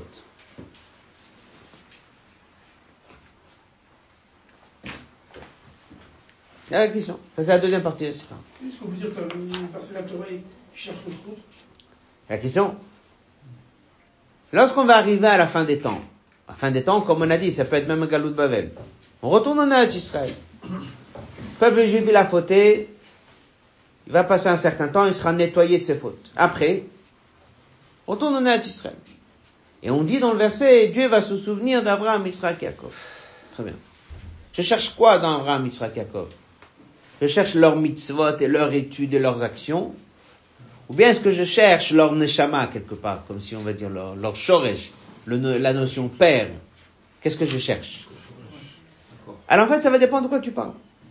Speaker 1: C'est la question. Ça, c'est la deuxième partie d'Asira.
Speaker 2: Est-ce qu'on peut dire que une personne à Torah cherche le Srout?
Speaker 1: La question. Lorsqu'on va arriver à la fin des temps, comme on a dit, ça peut être même un Galout Bavel. On retourne en Eretz Israël. Le peuple juif, il a fauté. Il va passer un certain temps, il sera nettoyé de ses fautes. Après, on retourne en Eretz Israël. Et on dit dans le verset, Dieu va se souvenir d'Abraham, Yitzhak, Yaakov. Très bien. Je cherche quoi dans Abraham, Yitzhak, Yaakov? Je cherche leurs mitzvot et leurs études et leurs actions. Ou bien est-ce que je cherche leur neshama quelque part, comme si on va dire leur shoresh, la notion père. Qu'est-ce que je cherche? Alors en fait, ça va dépendre de quoi tu parles.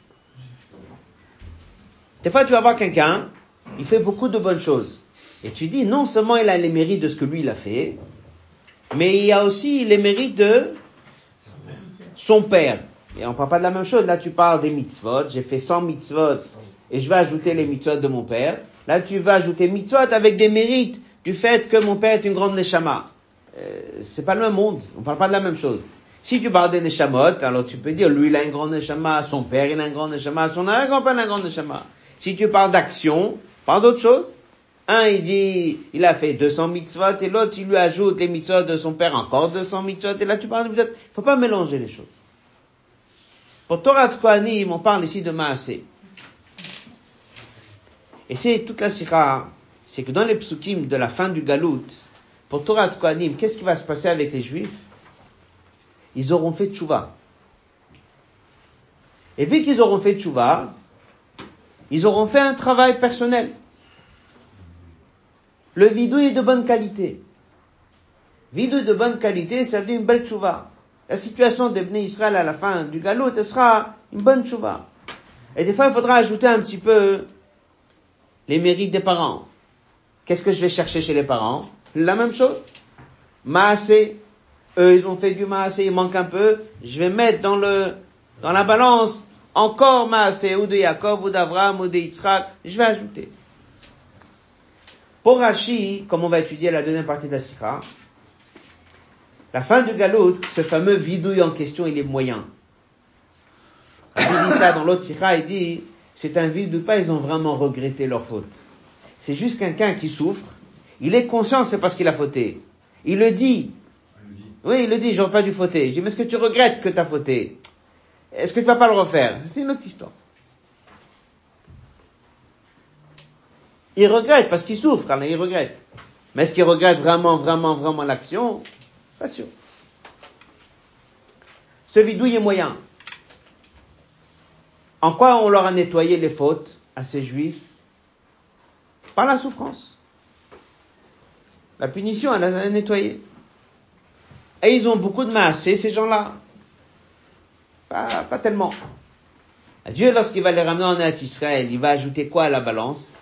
Speaker 1: Des fois, tu vas voir quelqu'un, il fait beaucoup de bonnes choses. Et tu dis, non seulement il a les mérites de ce que lui il a fait, mais il y a aussi les mérites de son père. Et on parle pas de la même chose. Là, tu parles des mitzvot. J'ai fait 100 mitzvot et je vais ajouter les mitzvot de mon père. Là, tu vas ajouter mitzvot avec des mérites du fait que mon père est une grande neshama. C'est pas le même monde. On parle pas de la même chose. Si tu parles des neshamot, alors tu peux dire, lui, il a une grande neshama, son père, il a une grande neshama, son arrière-grand-père, il a une grande neshama. Si tu parles d'action, parle d'autre chose. Un, il dit, il a fait 200 mitzvot, et l'autre, il lui ajoute les mitzvot de son père, encore 200 mitzvot, et là, tu parles de mitzvot. Faut pas mélanger les choses. Pour Torah de Kohanim, on parle ici de Maasé. Et c'est toute la sira, c'est que dans les psukim de la fin du Galout, pour Torah de Kohanim, qu'est-ce qui va se passer avec les Juifs? Ils auront fait tchouva. Et vu qu'ils auront fait tchouva, ils auront fait un travail personnel. Le vidouille est de bonne qualité. Vidouille de bonne qualité, ça veut dire une belle tchouva. La situation des Bnei Israël à la fin du Galout, elle sera une bonne tchouva. Et des fois, il faudra ajouter un petit peu les mérites des parents. Qu'est-ce que je vais chercher chez les parents? La même chose. Maasé. Eux, ils ont fait du Maasé, il manque un peu. Je vais mettre dans la balance encore Maasé, ou de Yaakov, ou d'Abraham, ou de Yitzhak. Je vais ajouter. Pour Rashi, comme on va étudier la deuxième partie de la Sikha, la fin du Galout, ce fameux vidouille en question, il est moyen. Il dit ça dans l'autre Sikha, il dit, c'est un vide ou pas, ils ont vraiment regretté leur faute. C'est juste quelqu'un qui souffre, il est conscient, c'est parce qu'il a fauté. Il le dit. Oui, il le dit, j'aurais pas dû fauter. Je dis, mais est-ce que tu regrettes que tu as fauté? Est-ce que tu vas pas le refaire? C'est une autre histoire. Il regrette parce qu'il souffre, alors il regrette. Mais est-ce qu'il regrette vraiment l'action? Pas sûr. Ce vidouille est moyen. En quoi on leur a nettoyé les fautes à ces juifs? Par la souffrance. La punition, elle a nettoyé. Et ils ont beaucoup de massés, ces gens-là. Pas tellement. Dieu, lorsqu'il va les ramener en Eretz Israël, il va ajouter quoi à la balance?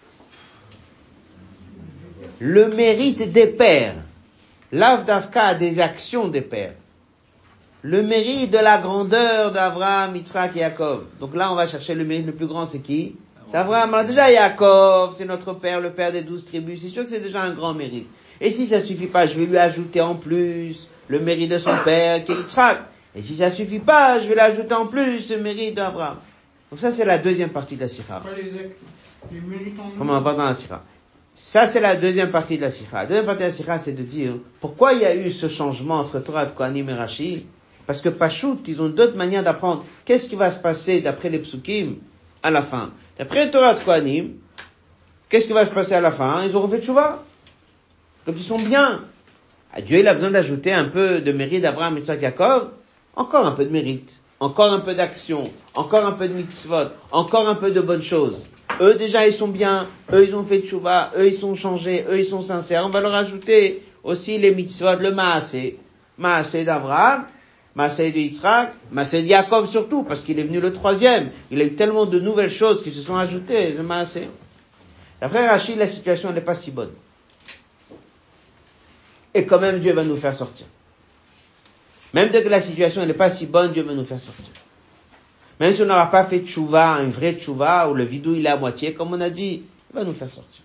Speaker 1: Le mérite des pères. L'avdavka des actions des pères. Le mérite de la grandeur d'Abraham, Yitzhak et Yaakov. Donc là, on va chercher le mérite le plus grand, c'est qui? C'est Abraham. Alors déjà, Yaakov, c'est notre père, le père des 12 tribus. C'est sûr que c'est déjà un grand mérite. Et si ça suffit pas, je vais lui ajouter en plus le mérite de son père, qui est Yitzhak. Et si ça suffit pas, je vais l'ajouter en plus le mérite d'Abraham. Donc ça, c'est la deuxième partie de la Sikha. Comment on va dans la Sikha? Ça, c'est la deuxième partie de la Sikha. La deuxième partie de la Sikha, c'est de dire pourquoi il y a eu ce changement entre Torah de Kohanim et Rashi. Parce que Pachout, ils ont d'autres manières d'apprendre. Qu'est-ce qui va se passer d'après les psukim à la fin? D'après le Torah de Kohanim, qu'est-ce qui va se passer à la fin? Ils auront fait tchouva. Donc ils sont bien. Dieu, il a besoin d'ajouter un peu de mérite d'Abraham, Yitzhak, Yaakov. Encore un peu de mérite. Encore un peu d'action. Encore un peu de mitzvot. Encore un peu de bonnes choses. Eux, déjà, ils sont bien. Eux, ils ont fait tchouva. Eux, ils sont changés. Eux, ils sont sincères. On va leur ajouter aussi les mitzvot, le maasé. Maasé d'Abraham. Maasé de Yitzhak, Maasé de Yaakov surtout, parce qu'il est venu le troisième. Il a eu tellement de nouvelles choses qui se sont ajoutées, le Maasé. D'après Rachid, la situation n'est pas si bonne. Et quand même, Dieu va nous faire sortir. Même dès que la situation n'est pas si bonne, Dieu va nous faire sortir. Même si on n'aura pas fait tchouva, un vrai tchouva, où le vidou il est à moitié, comme on a dit, il va nous faire sortir.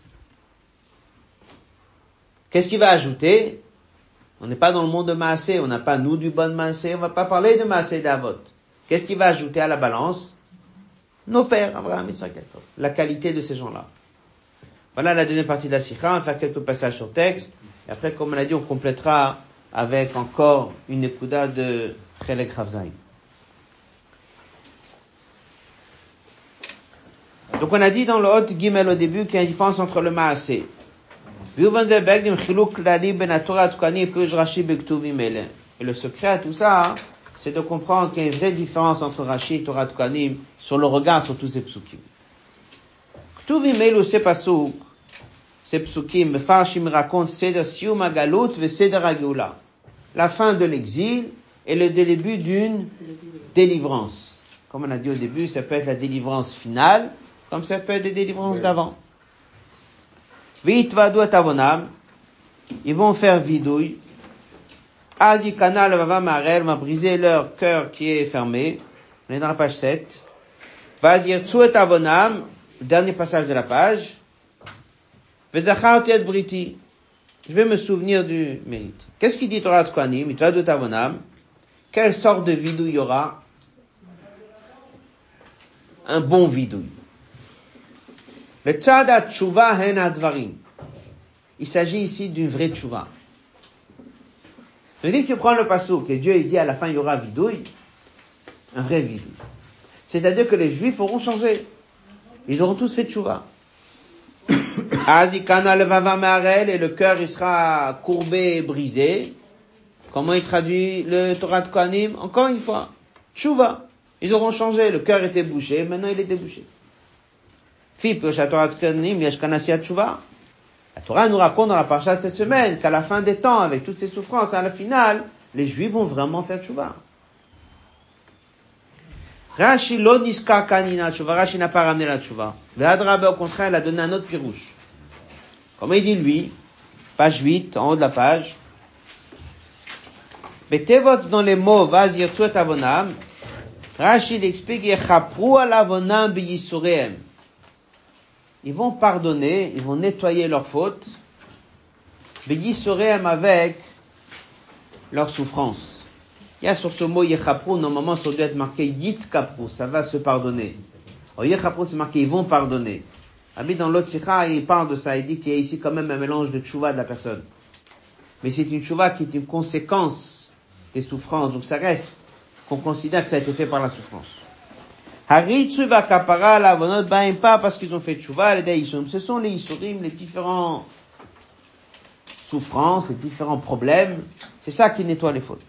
Speaker 1: Qu'est-ce qu'il va ajouter? On n'est pas dans le monde de Maasé, on n'a pas nous du bon Maasé, on va pas parler de Maasé d'Avot. Qu'est-ce qu'il va ajouter à la balance? Nos pères, Abraham, Yitzhak, Yaakov. La qualité de ces gens-là. Voilà la deuxième partie de la Sikha, on va faire quelques passages sur texte, et après, comme on l'a dit, on complétera avec encore une ékouda de Chelek Ravzaï. Donc on a dit dans le Hot Gimel au début qu'il y a une différence entre le Maasé. Et le secret à tout ça, c'est de comprendre qu'il y a une vraie différence entre Rashi et Torah de Kohanim sur le regard sur tous ces psukim. Ktuvim elu ces pasuk, ces psukim, mefarshim racontent Seder Sium HaGalut ve Seder HaGeula. La fin de l'exil et le début d'une délivrance. Comme on a dit au début, ça peut être la délivrance finale, comme ça peut être des délivrances d'avant. V'itvadu et avonam, ils vont faire vidouille. Azikana le vava marel va briser leur cœur qui est fermé. On est dans la page 7. Vazir tsu et avonam, dernier passage de la page. Vezachar et briti. Je vais me souvenir du mérite. Qu'est-ce qu'il dit Torah de Kohanim? Itvadu et avonam. Quelle sorte de vidouille il y aura? Un bon vidouille. Le tzad tshuva hen advarim. Il s'agit ici d'une vraie tshuva. C'est-à-dire que tu prends le passouk et Dieu il dit à la fin il y aura vidouille, un vrai vidouille. C'est-à-dire que les Juifs auront changé. Ils auront tous fait tshuva. Azikana levava me'arel, et le cœur il sera courbé et brisé. Comment il traduit le Torah de Kohanim? Encore une fois, tshuva. Ils auront changé. Le cœur était bouché, maintenant il est débouché. La Torah nous raconte dans la parasha de cette semaine qu'à la fin des temps, avec toutes ces souffrances, à la finale, les Juifs vont vraiment faire tchouva. Rashi lo niska kanina tchouva. Rashi n'a pas ramené la tchouva. Le Hadrabe, au contraire, il a donné un autre pirouche. Comme il dit lui, page 8, en haut de la page. Betevot dans les mots, vazir tsuet avonam. Rashi l'explique, yechapru al avonam b'yisureem. Ils vont pardonner, ils vont nettoyer leurs fautes, b'yisureem avec leur souffrance. Il y a sur ce mot yechapru, normalement ça doit être marqué yitkapru, ça va se pardonner. c'est marqué, ils vont pardonner. Rabbi, dans l'autre sikha, il parle de ça, il dit qu'il y a ici quand même un mélange de tchouva de la personne. Mais c'est une tchouva qui est une conséquence des souffrances, donc ça reste qu'on considère que ça a été fait par la souffrance. Haritsu va kapara la vonot ba'im pas parce qu'ils ont fait tchouva, les daïsum. Ce sont les isurim, les différents souffrances, les différents problèmes. C'est ça qui nettoie les fautes.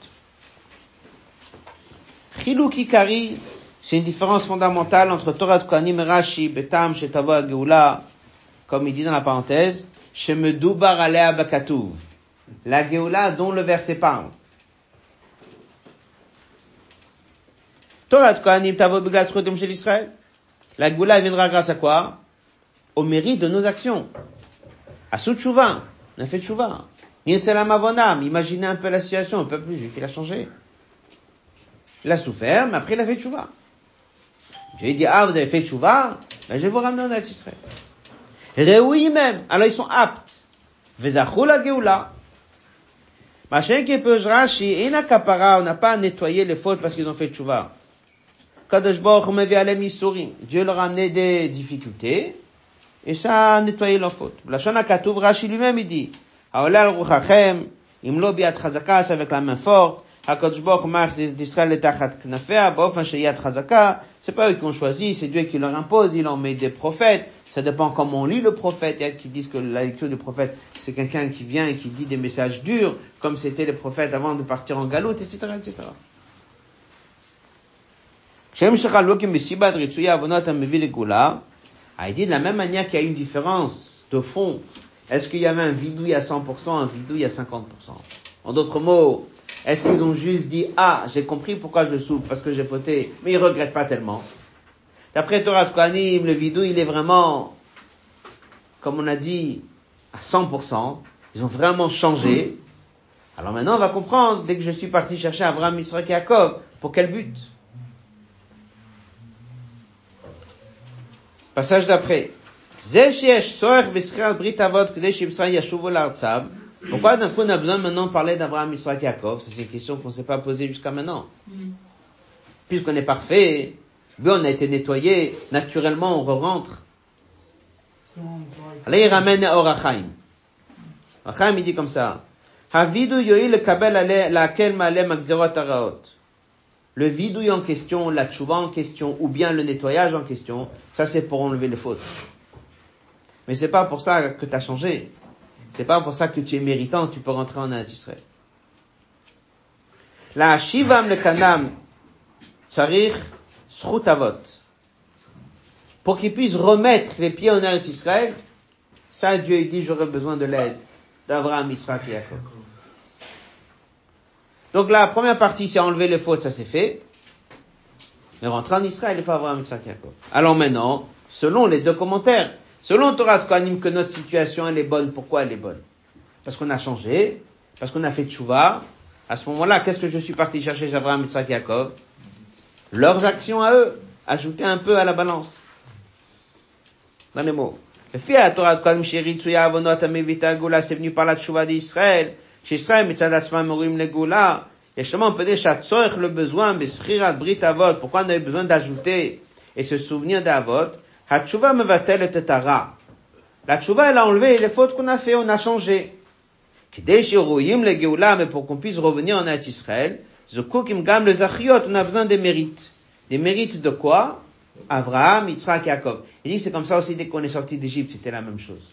Speaker 1: Chiluk Ikari, c'est une différence fondamentale entre Torah Kohanim et Rashi, Betam, Shetavo Geoula, comme il dit dans la parenthèse, Shemedubar Alea Bakatuv. La Geoula dont le verset parle. Torah Kohanim Tavo Beglas Chotem Shel Israël. La Geoula viendra grâce à quoi? Au mérite de nos actions. Asut Tshuva. On a fait Tshuva. Nirtzelam Avonam. Imaginez un peu la situation. Le peuple juif, il a changé. Il a souffert, mais après il a fait Tshuva. Dieu dit, vous avez fait Tshuva? Ben, je vais vous ramener en Eretz Israël. Réouï même. Alors ils sont aptes. Vezachou la Geoula. Machin qui peut Rashi, ina kapara, on n'a pas nettoyé les fautes parce qu'ils ont fait Tshuva. Kadosh Baruch Hu mevi alem isurim. Dieu leur a amené des difficultés, et ça a nettoyé leurs fautes. La Shana Katuv, Rashi lui-même, il dit, Haolal ruchachem, imlo biat chazaka, c'est avec la main forte, HaKadosh Baruch Hu mach d'Israël et tachat knafea, ba'ofen sheyat chazaka, c'est pas eux qui ont choisi, c'est Dieu qui leur impose, il en met des prophètes, ça dépend comment on lit le prophète. Il y a qui disent que la lecture du prophète, c'est quelqu'un qui vient et qui dit des messages durs, comme c'était les prophètes avant de partir en galoute, etc., etc. Il dit de la même manière qu'il y a une différence de fond. Est-ce qu'il y avait un vidouille à 100%, un vidouille à 50%? En d'autres mots, est-ce qu'ils ont juste dit, j'ai compris pourquoi je souffre, parce que j'ai fauté, mais ils regrettent pas tellement. D'après Torah Kohanim, le vidouille, il est vraiment, comme on a dit, à 100%. Ils ont vraiment changé. Alors maintenant, on va comprendre, dès que je suis parti chercher Abraham, Yitzhak et Yaakov, pour quel but? Passage d'après. Pourquoi d'un coup on a besoin maintenant de parler d'Abraham, Yitzhak et Yaakov? C'est une question qu'on ne s'est pas posée jusqu'à maintenant. Puisqu'on est parfait, on a été nettoyé, naturellement on re-rentre. Allez, il ramène Orachaim. Orachaim, il dit comme ça. Havidu yoï le kabel laquelle malem akzerot araot. Le vidouille en question, la tchouva en question, ou bien le nettoyage en question, ça c'est pour enlever les fautes. Mais c'est pas pour ça que t'as changé. C'est pas pour ça que tu es méritant, tu peux rentrer en Eretz Israël. La shivam le kanam tsarich zchut avot. Pour qu'ils puissent remettre les pieds en Eretz Israël, ça Dieu dit j'aurais besoin de l'aide d'Abraham, Yitzhak et Yaakov. Donc la première partie, c'est enlever les fautes, ça c'est fait. Mais rentrer en Israël, il faut Abraham, Yitzhak et Yaakov. Alors maintenant, selon les deux commentaires, selon Torah Kohanim, que notre situation elle est bonne. Pourquoi elle est bonne? Parce qu'on a changé, parce qu'on a fait tchouva. À ce moment-là, qu'est-ce que je suis parti chercher chez Abraham, Yitzhak et Yaakov? Leurs actions à eux, ajouter un peu à la balance. Dans les mots. Le fait à Torah Kohanim Sheri Tsuya Avonot Amevita Goula, c'est venu par la tchouva d'Israël. Chez Israël, Mitzad Atzman Morim le Goula. Et justement, on peut dire, Shatzoch le besoin, Beschirat Brit Avot. Pourquoi on avait besoin d'ajouter et se souvenir d'Avot? Hatchouva mevatel et tetara. La tchouva, elle a enlevé les fautes qu'on a fait, on a changé. Kidei royim le Geoula, mais pour qu'on puisse revenir en Eretz Israël, Zokukim gam le Zachiot, on a besoin des mérites. Des mérites de quoi? Abraham, Yitzhak et Yaakov. Il dit que c'est comme ça aussi dès qu'on est sorti d'Égypte, c'était la même chose.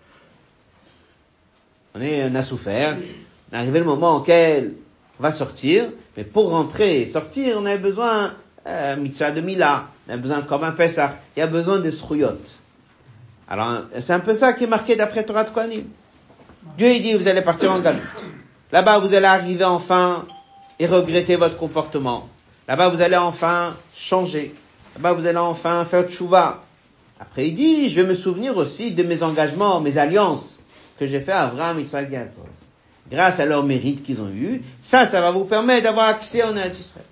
Speaker 1: On a souffert, on est arrivé le moment auquel on va sortir, mais pour rentrer et sortir, on a besoin mitzvah de Mila, on a besoin comme un Pesach, il y a besoin des srouyot. Alors, c'est un peu ça qui est marqué d'après Torah Kohanim. Dieu, il dit, vous allez partir en galoute. Là-bas, vous allez arriver enfin et regretter votre comportement. Là-bas, vous allez enfin changer. Là-bas, vous allez enfin faire tchouva. Après, il dit, je vais me souvenir aussi de mes engagements, mes alliances que j'ai fait à Abraham, Yitzhak et Yaakov. Grâce à leurs mérites qu'ils ont eus, ça va vous permettre d'avoir accès en Eretz Israël.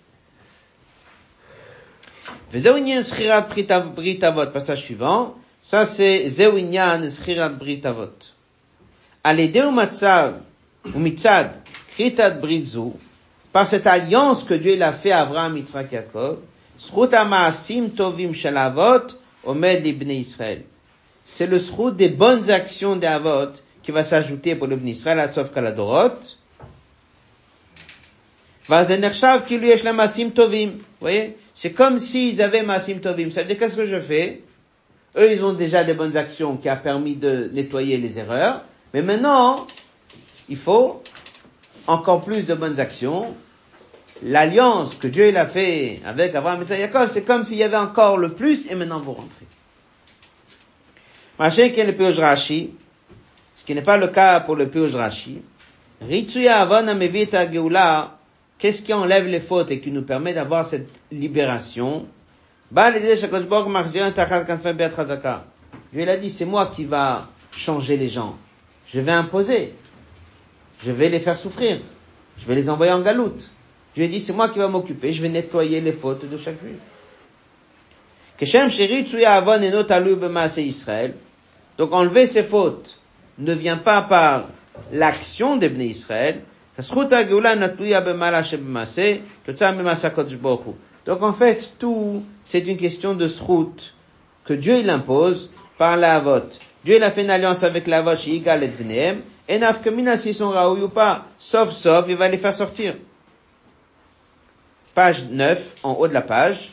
Speaker 1: Vezeuinyan schirat brit avot, passage suivant. Ça c'est zeuinyan schirat brit avot. Aledeu matzav ou mitzad kritat brit zu, par cette alliance que Dieu l'a fait à Abraham, Yitzhak et Yaakov, Zchut ha'ma'asim tovim shel avot omed li bnei Israël. C'est le zchut des bonnes actions des avot qui va s'ajouter pour le bnei Israël à Tzov Kaladorot. Vazenershav ki lui yesh la ma'asim tovim. Vous voyez? C'est comme s'ils avaient ma'asim tovim. Ça veut dire qu'est-ce que je fais? Eux, ils ont déjà des bonnes actions qui a permis de nettoyer les erreurs. Mais maintenant, il faut encore plus de bonnes actions. L'alliance que Dieu il a fait avec Abraham et Jacob, c'est comme s'il y avait encore le plus et maintenant vous rentrez. Machin qui est le Pirush Rashi, ce qui n'est pas le cas pour le Pirush Rashi. Ritsuya avon amevit geula, qu'est-ce qui enlève les fautes et qui nous permet d'avoir cette libération? Dieu il a dit, c'est moi qui va changer les gens. Je vais imposer. Je vais les faire souffrir. Je vais les envoyer en galoute. Dieu dit, c'est moi qui va m'occuper. Je vais nettoyer les fautes de chaque juif. Donc enlever ces fautes ne vient pas par l'action des Bnei Israël. Donc en fait, tout, c'est une question de zchut que Dieu il impose par la avot. Dieu il a fait une alliance avec la avot chez Yigal et Bnehem, et nafkamina s'ils sont raoui ou pas, sauf, il va les faire sortir. Page 9, en haut de la page.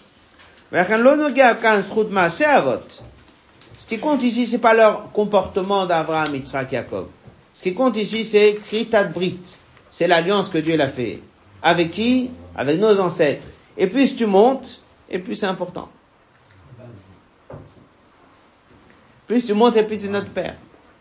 Speaker 1: Ce qui compte ici, c'est pas leur comportement d'Abraham, Yitzhak, Jacob. Ce qui compte ici, c'est Kritat Brit. C'est l'alliance que Dieu l'a fait. Avec qui? Avec nos ancêtres. Et plus tu montes, et plus c'est important. Plus tu montes, et plus c'est notre Père.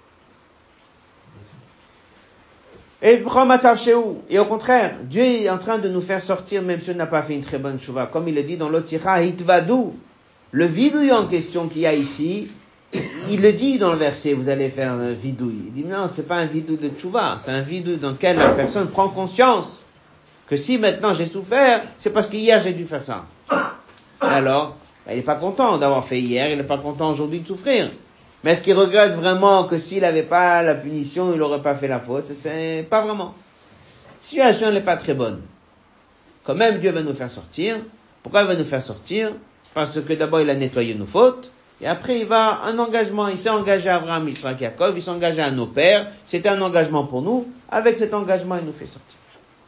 Speaker 1: Et au contraire, Dieu est en train de nous faire sortir, même si on n'a pas fait une très bonne chouva. Comme il le dit dans l'autre sira, hitvadou. Le vidouille en question qu'il y a ici, il le dit dans le verset, vous allez faire un vidouille. Il dit non, c'est pas un vidouille de chouva, c'est un vidouille dans lequel la personne prend conscience que si maintenant j'ai souffert, c'est parce qu'hier j'ai dû faire ça. Alors, il n'est pas content d'avoir fait hier, il n'est pas content aujourd'hui de souffrir. Mais est-ce qu'il regrette vraiment que s'il n'avait pas la punition, il n'aurait pas fait la faute? C'est pas vraiment. La situation n'est pas très bonne. Quand même, Dieu va nous faire sortir. Pourquoi il va nous faire sortir? Parce que d'abord, il a nettoyé nos fautes. Et après, il va un engagement. Il s'est engagé à Abraham, Yitzhak, Jacob. Il s'est engagé à nos pères. C'était un engagement pour nous. Avec cet engagement, il nous fait sortir.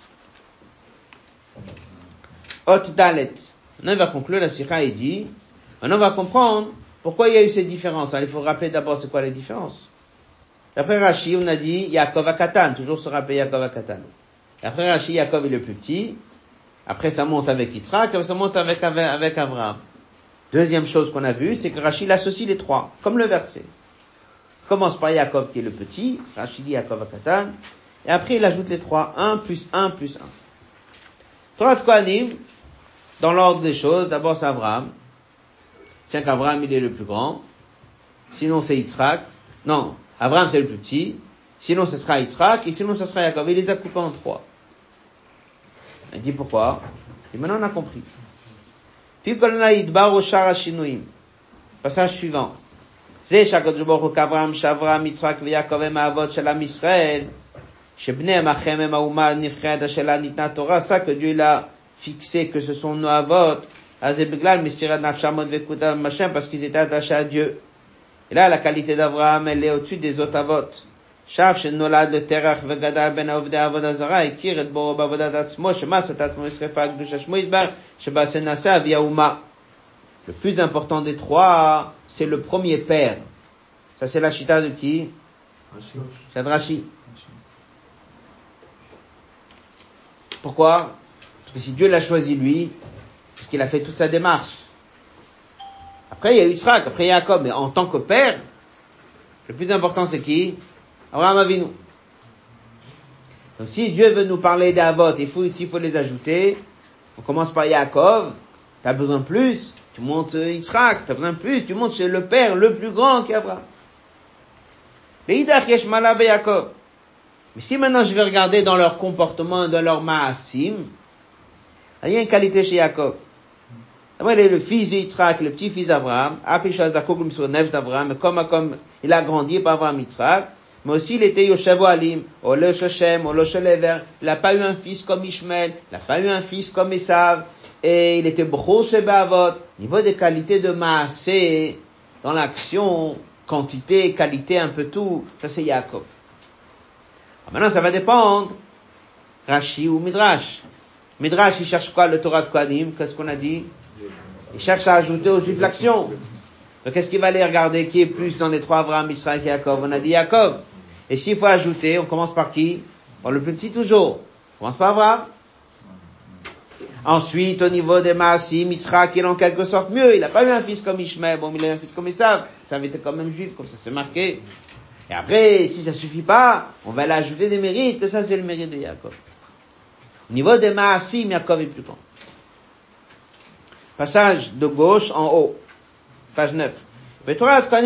Speaker 1: Ot Dalet. Maintenant, il va conclure la sikha et dit, maintenant, on va comprendre pourquoi il y a eu ces différences. Alors, il faut rappeler d'abord c'est quoi les différences. D'après Rashi, on a dit Yaakov Akatan, toujours se rappeler Yaakov Akatan. Après Rashi, Yaakov est le plus petit. Après, ça monte avec Yitzhak, après ça monte avec Abraham. Deuxième chose qu'on a vue, c'est que Rashi associe les trois, comme le verset. Il commence par Yaakov qui est le petit, Rashi dit Yaakov Akatan, et après il ajoute les trois, 1 plus 1 plus 1. Torah Kohanim, dans l'ordre des choses, d'abord c'est Abraham. Tiens qu'Abraham il est le plus grand, sinon c'est Yitzhak, non, Abraham c'est le plus petit, sinon ce sera Yitzhak, et sinon ce sera Yaakov. Il les a coupés en trois. Il dit pourquoi? Et maintenant on a compris. Puis kolna yidbar o shara shinuim. Passage suivant. C'est shakadosh baruch hu k'Avraham shavram Yitzhak v'Yaakov em ha'avot shel am Yisrael shebnei machem em ha'uma nivcheret shela nitna Torah. Ça que Dieu l'a fixé que ce sont nos avot. Azé beglal misirat nafshamot v'ekutam machem parce qu'ils étaient attachés à Dieu. Et là la qualité d'Abraham elle est au-dessus des autres avot. Shav shenolad le terach v'gadal ben avdei avodah zara ikir et boro b'avodat atzmo shema satat mo yisrefa kedusha shmo yitbar sheba senasa v'yauma. Le plus important des trois, c'est le premier père. Ça c'est la chita de qui? C'est de Rashi. Pourquoi? Parce que si Dieu l'a choisi lui, parce qu'il a fait toute sa démarche. Après il y a Yitzhak, après Yaakov, mais en tant que père, le plus important c'est qui? Abraham Avinu. Donc si Dieu veut nous parler d'Avot, s'il faut les ajouter, on commence par Yaakov, t'as besoin de plus, tu montes Yitzhak, t'as besoin de plus, tu montes chez le père le plus grand qu'Abraham. Leidach yesh mala be Yaakov. Mais si maintenant je vais regarder dans leur comportement, dans leur ma'asim, il y a une qualité chez Yaakov. D'abord, il est le fils de Yitzhak, le petit-fils d'Abraham, d'Abraham, comme il a grandi par Abraham Yitzhak, mais aussi il était Yoshev Alim, Olo Shoshem, Olo Sholever, il n'a pas eu un fils comme Ishmael, il n'a pas eu un fils comme Esav, et il était B'chor Shebe'avot. Niveau des qualités de Maaseh, dans l'action, quantité, qualité, un peu tout, ça c'est Yaakov. Alors maintenant, ça va dépendre, Rashi ou Midrash. Midrash, il cherche quoi, le Torah de Kohanim? Qu'est-ce qu'on a dit? Il cherche à ajouter aux juifs l'action. Donc, qu'est-ce qu'il va aller regarder? Qui est plus dans les trois, Abraham, Yitzhak et Yaakov? On a dit Yaakov. Et s'il faut ajouter, on commence par qui? Par le plus petit toujours. On commence par Abraham. Ensuite, au niveau des Maasim, Yitzhak, il est en quelque sorte mieux. Il n'a pas eu un fils comme Ishmael. Bon, il a eu un fils comme Esav. Ça avait été quand même juif, comme ça c'est marqué. Et après, si ça suffit pas, on va aller ajouter des mérites, que ça c'est le mérite de Yaakov. Au niveau des Maasim, Yaakov est plus grand. Passage de gauche en haut. Page 9. Il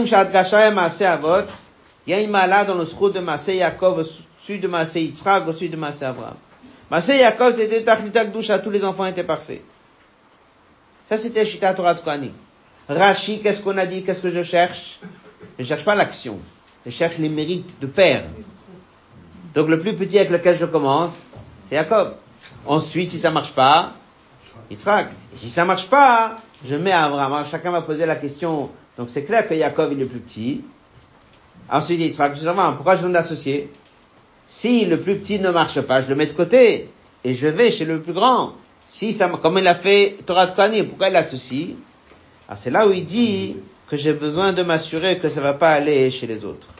Speaker 1: y a une mala dans le sroud de Maaseh Yaakov, au-dessus de Maaseh Yitzhak, au-dessus de Maaseh Abraham. Maaseh Yaakov, c'était Tachlita Kedusha, tous les enfants étaient parfaits. Ça, c'était Shita Torah de Kohanim. Rashi, qu'est-ce qu'on a dit? Qu'est-ce que je cherche? Je cherche pas l'action. Je cherche les mérites de père. Donc, le plus petit avec lequel je commence, c'est Yaakov. Ensuite, si ça marche pas, Yitzhak. Et si ça marche pas, je mets Abraham. Alors, chacun m'a posé la question. Donc, c'est clair que Yaakov, il est plus petit. Ensuite, Yitzhak, je sais pas, pourquoi je viens d'associer? Si le plus petit ne marche pas, je le mets de côté. Et je vais chez le plus grand. Si ça, comme il a fait Torah de Kohanim, pourquoi il l'associe? Alors, c'est là où il dit que j'ai besoin de m'assurer que ça va pas aller chez les autres.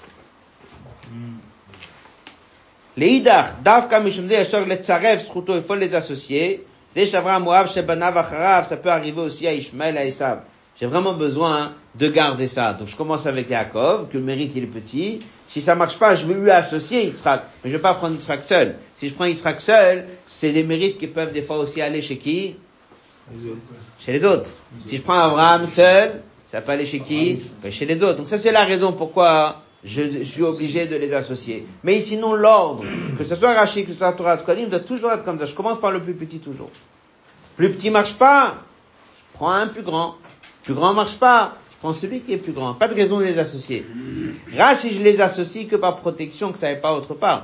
Speaker 1: Les Idar, Davka Mishumde Yashor le Tzarev, Sruto, il faut les associer. Ça peut arriver aussi à Ishmael, à Esav. J'ai vraiment besoin de garder ça. Donc je commence avec Yaakov, que le mérite il est petit. Si ça marche pas, je vais lui associer Yitzhak. Mais je vais pas prendre Yitzhak seul. Si je prends Yitzhak seul, c'est des mérites qui peuvent des fois aussi aller chez qui? Chez les autres. Si je prends Abraham seul, ça peut aller chez qui? Chez les autres. Donc ça c'est la raison pourquoi je suis obligé de les associer. Mais sinon, l'ordre, que ce soit Rashi, que ce soit Torah de Kohanim, doit toujours être comme ça. Je commence par le plus petit toujours. Plus petit marche pas, je prends un plus grand. Plus grand marche pas, je prends celui qui est plus grand. Pas de raison de les associer. Rashi, je les associe que par protection, que ça n'est pas autre part.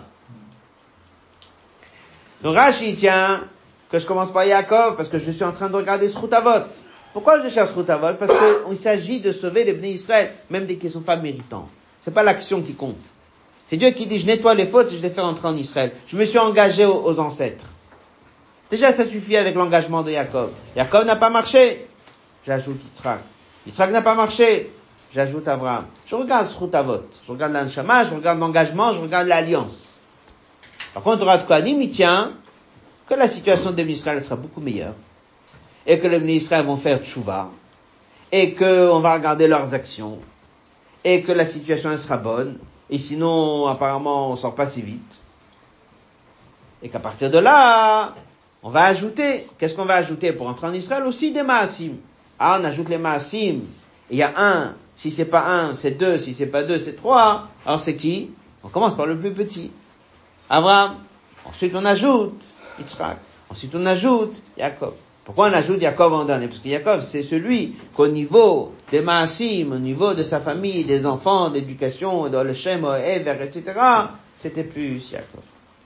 Speaker 1: Donc Rashi tient que je commence par Yaakov, parce que je suis en train de regarder Shrut Avot. Pourquoi je cherche Shrut Avot? Parce qu'il s'agit de sauver les Bnei Israël, même dès qu'ils ne sont pas méritants. C'est pas l'action qui compte. C'est Dieu qui dit, je nettoie les fautes et je les fais rentrer en Israël. Je me suis engagé aux ancêtres. Déjà, ça suffit avec l'engagement de Yaakov. Yaakov n'a pas marché. J'ajoute Yitzhak. Yitzhak n'a pas marché. J'ajoute Abraham. Je regarde Shrut Avot. Je regarde l'Anshama, je regarde l'engagement, je regarde l'alliance. Par contre, Torah de Kohanim, il tient que la situation des Bnei Israël sera beaucoup meilleure. Et que les Bnei Israël vont faire tchouva. Et qu'on va regarder leurs actions. Et que la situation elle sera bonne, et sinon, apparemment, on sort pas si vite. Et qu'à partir de là, on va ajouter. Qu'est-ce qu'on va ajouter pour entrer en Israël? Aussi des Maasim. Ah, on ajoute les Maasim. Il y a un. Si c'est pas un, c'est deux. Si c'est pas deux, c'est trois. Alors c'est qui? On commence par le plus petit. Abraham. Ensuite, on ajoute Yitzhak. Ensuite, on ajoute Yaakov. Pourquoi on ajoute Yaakov en dernier? Parce que Yaakov, c'est celui qu'au niveau des Maasim, au niveau de sa famille, des enfants, d'éducation, dans le Shem, Ever, etc., c'était plus Yaakov.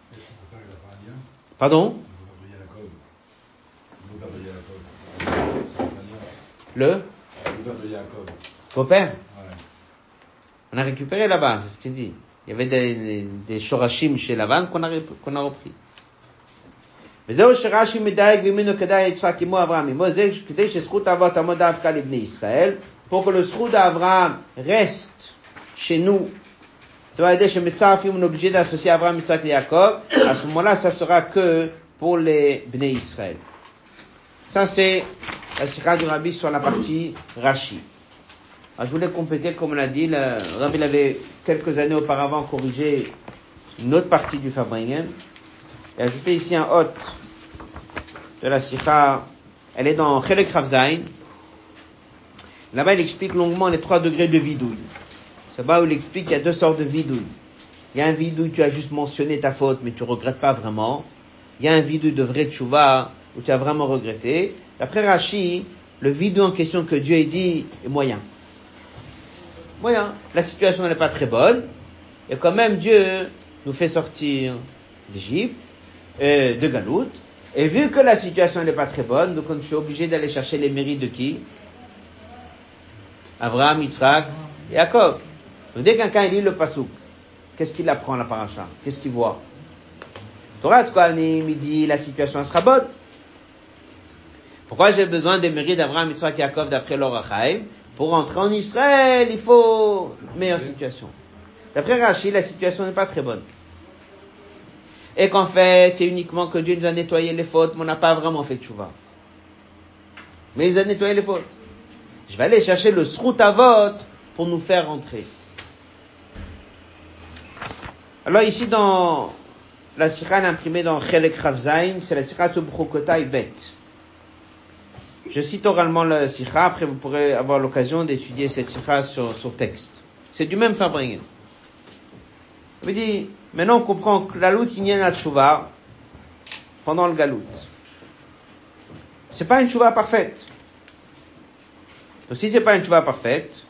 Speaker 1: Pardon? Le beau-père? On a récupéré là-bas, c'est ce qu'il dit. Il y avait des shorashim chez Lavan qu'on a repris. וזהו שרש"י מדייק וממנו כדאי יצחק עמו אברהם עמו זה כדי שזכות האבות תעמוד דווקא לבני ישראל pour que le zchut d'Abraham reste chez nous. Ça va aider chez Metzarfim, on est obligé d'associer Abraham, Yitzhak et Yaakov. À ce moment-là, ça sera que pour les Bnei Israël. Ça, c'est la sikha du Rabbi sur la partie Rashi. Alors, je voulais compléter, comme on l'a dit, le Rabbi avait quelques années auparavant corrigé une autre partie du Fabringen et ajouté ici un hôte de la sikha. Elle est dans Chelek Rav Zayin. Là-bas, il explique longuement les 3 degrés de vidouille. C'est là où il explique qu'il y a 2 sortes de vidouille. Il y a un vidouille, tu as juste mentionné ta faute, mais tu regrettes pas vraiment. Il y a un vidouille de vrai tchouva, où tu as vraiment regretté. D'après Rashi, le vidouille en question que Dieu a dit est moyen. Moyen. La situation n'est pas très bonne. Et quand même, Dieu nous fait sortir d'Égypte, de Galoute. Et vu que la situation n'est pas très bonne, donc je suis obligé d'aller chercher les mérites de qui? Abraham, Yitzhak, et Jacob. Donc dès qu'un lit le pasouk, qu'est-ce qu'il apprend la paracha? Qu'est-ce qu'il voit? Torah Kohanim, il dit la situation sera bonne. Pourquoi j'ai besoin des mérites d'Abraham, Yitzhak et Jacob d'après l'Or HaChaim? Pour rentrer en Israël, il faut une meilleure situation. D'après Rashi, la situation n'est pas très bonne. Et qu'en fait, c'est uniquement que Dieu nous a nettoyé les fautes, mais on n'a pas vraiment fait de tchouva. Mais il nous a nettoyé les fautes. Je vais aller chercher le srout avot pour nous faire rentrer. Alors ici dans la sikha imprimée dans Chelek Chavzaïn, c'est la sikha sur Bchukotai Bet. Je cite oralement la sikha, après vous pourrez avoir l'occasion d'étudier cette sikha sur texte. C'est du même Fabringen. Il veut dire, maintenant on comprend que la lout inyan à tchouva pendant le galout. C'est pas une tchouva parfaite. Donc si c'est pas une tchouva parfaite,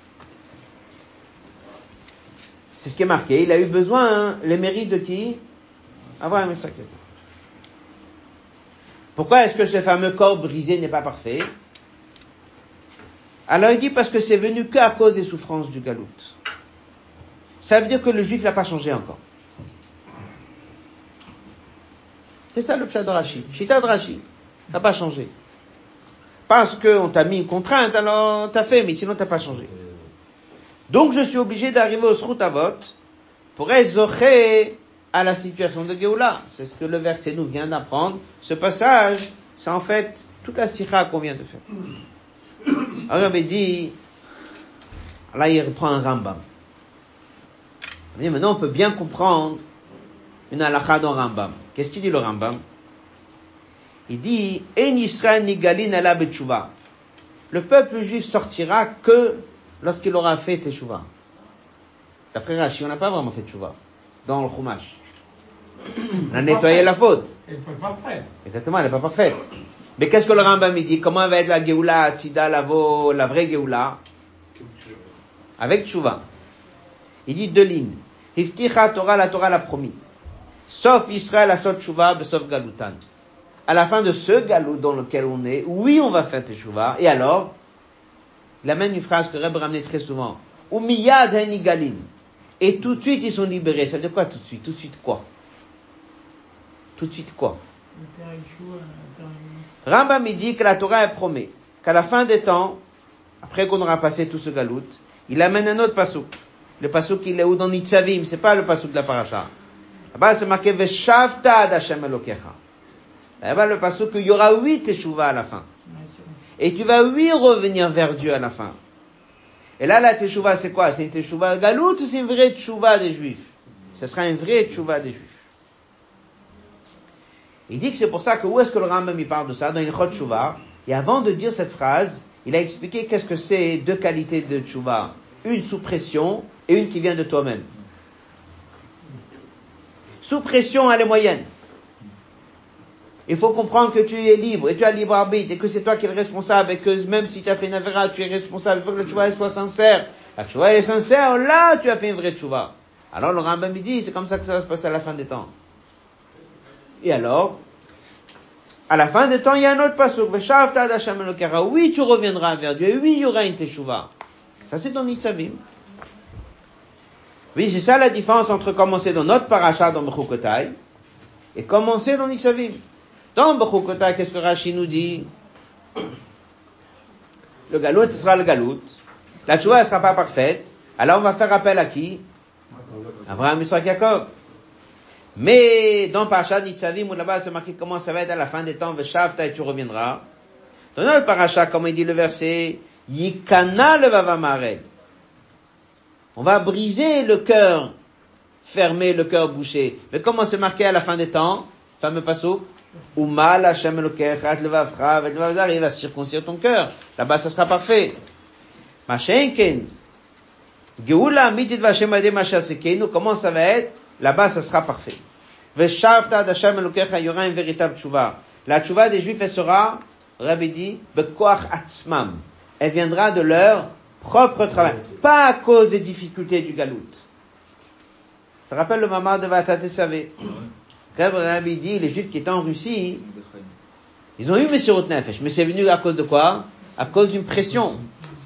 Speaker 1: c'est ce qui est marqué, il a eu besoin, les mérites de qui? Abraham et Yitzhak. Pourquoi est-ce que ce fameux corps brisé n'est pas parfait? Alors il dit parce que c'est venu qu'à cause des souffrances du galout. Ça veut dire que le juif n'a pas changé encore. C'est ça le pshat de Rashi. Shita de Rashi. T'as pas changé. Parce qu'on t'a mis une contrainte, alors t'as fait, mais sinon t'as pas changé. Donc je suis obligé d'arriver au Srout Avot pour être zoché à la situation de Géoula. C'est ce que le verset nous vient d'apprendre. Ce passage, c'est en fait toute la sikha qu'on vient de faire. Alors il dit, là il reprend un Rambam. Il dit, maintenant on peut bien comprendre une halakha dans Rambam. Qu'est-ce qu'il dit le Rambam? Il dit, En Israël nigalin ala betchouva. Le peuple juif sortira que lorsqu'il aura fait teshuva. D'après Rashi, on n'a pas vraiment fait teshuva dans le Chumash. On a nettoyé la faute.
Speaker 2: Elle n'est pas parfaite.
Speaker 1: Exactement, elle n'est pas parfaite. Mais qu'est-ce que le Rambam dit? Comment va être la Géoula, Tida, la vraie Géoula? Avec teshuva. Il dit deux lignes. Hifticha Torah, la Torah l'a promis. Sauf Israël a sot teshuva, sauf Galoutan. À la fin de ce galout dans lequel on est, oui, on va faire teshuva. Et alors, il amène une phrase que Rebbe ramenait très souvent. Umiyad henigalin. Et tout de suite, ils sont libérés. Ça veut dire quoi tout de suite? Tout de suite quoi? Tout de suite quoi? Rambam il dit que la Torah elle promet qu'à la fin des temps, après qu'on aura passé tout ce galout, il amène un autre pasouk. Le pasouk il est où dans Nitzavim, c'est pas le pasouk de la paracha. Là-bas c'est marqué Veshavta ad Hashem Elokecha. Là-bas le pasouk il y aura 8 teshuva à la fin. Et tu vas revenir vers Dieu à la fin. Et là la teshuva c'est quoi? C'est une teshuva galout ou c'est une vraie teshuva des Juifs? Ce sera une vraie teshuva des Juifs. Il dit que c'est pour ça que où est-ce que le Rambam il parle de ça? Dans une Chot Teshuva. Et avant de dire cette phrase, il a expliqué qu'est-ce que c'est deux qualités de teshuva. Une sous pression et une qui vient de toi-même. Sous pression, elle est moyenne. Il faut comprendre que tu es libre et tu as libre arbitre et que c'est toi qui es le responsable et que même si tu as fait une avéra, tu es responsable. Il faut que le teshuva soit sincère. La teshuva est sincère, là tu as fait une vraie teshuva. Alors le Rambam il dit, c'est comme ça que ça va se passer à la fin des temps. Et alors, à la fin des temps, il y a un autre pasuk. Oui, tu reviendras vers Dieu. Et oui, il y aura une teshuva. Ça, c'est dans Nitzavim. Oui, c'est ça la différence entre commencer dans notre paracha dans Bechukotai et commencer dans Nitzavim. Dans Bechukotai, qu'est-ce que Rashi nous dit? Le galout, ce sera le galout. La teshuva, elle sera pas parfaite. Alors, on va faire appel à qui? Abraham, Yitzhak, Jacob. Mais dans Parashat Nitzavim, où là-bas c'est marqué comment ça va être à la fin des temps, Veshavta et tu reviendras. Dans notre Parashat, comme il dit le verset, Yikana le vavamarel. On va briser le cœur fermé, le cœur bouché. Mais comment c'est marqué à la fin des temps? Fameux pasuk. Umal Hashem Elokechat levavcha ve'levavzar, il va circoncire ton cœur. Là-bas ça sera parfait. Mashenken. Geoula mitit v'Hashem adem mashatzekenu. Comment ça va être? Là-bas, ça sera parfait. Veshavta ad Hashem Elokecha, il y aura une véritable tchouva. La tchouva des Juifs, elle sera, Rabbi dit, bekoach atzmam. Elle viendra de leur propre travail. Pas à cause des difficultés du galout. Ça rappelle le mamar de Vatat Savé. Quand le Rabbi dit, les Juifs qui étaient en Russie, ils ont eu Messirut Nefesh, mais c'est venu à cause de quoi? À cause d'une pression.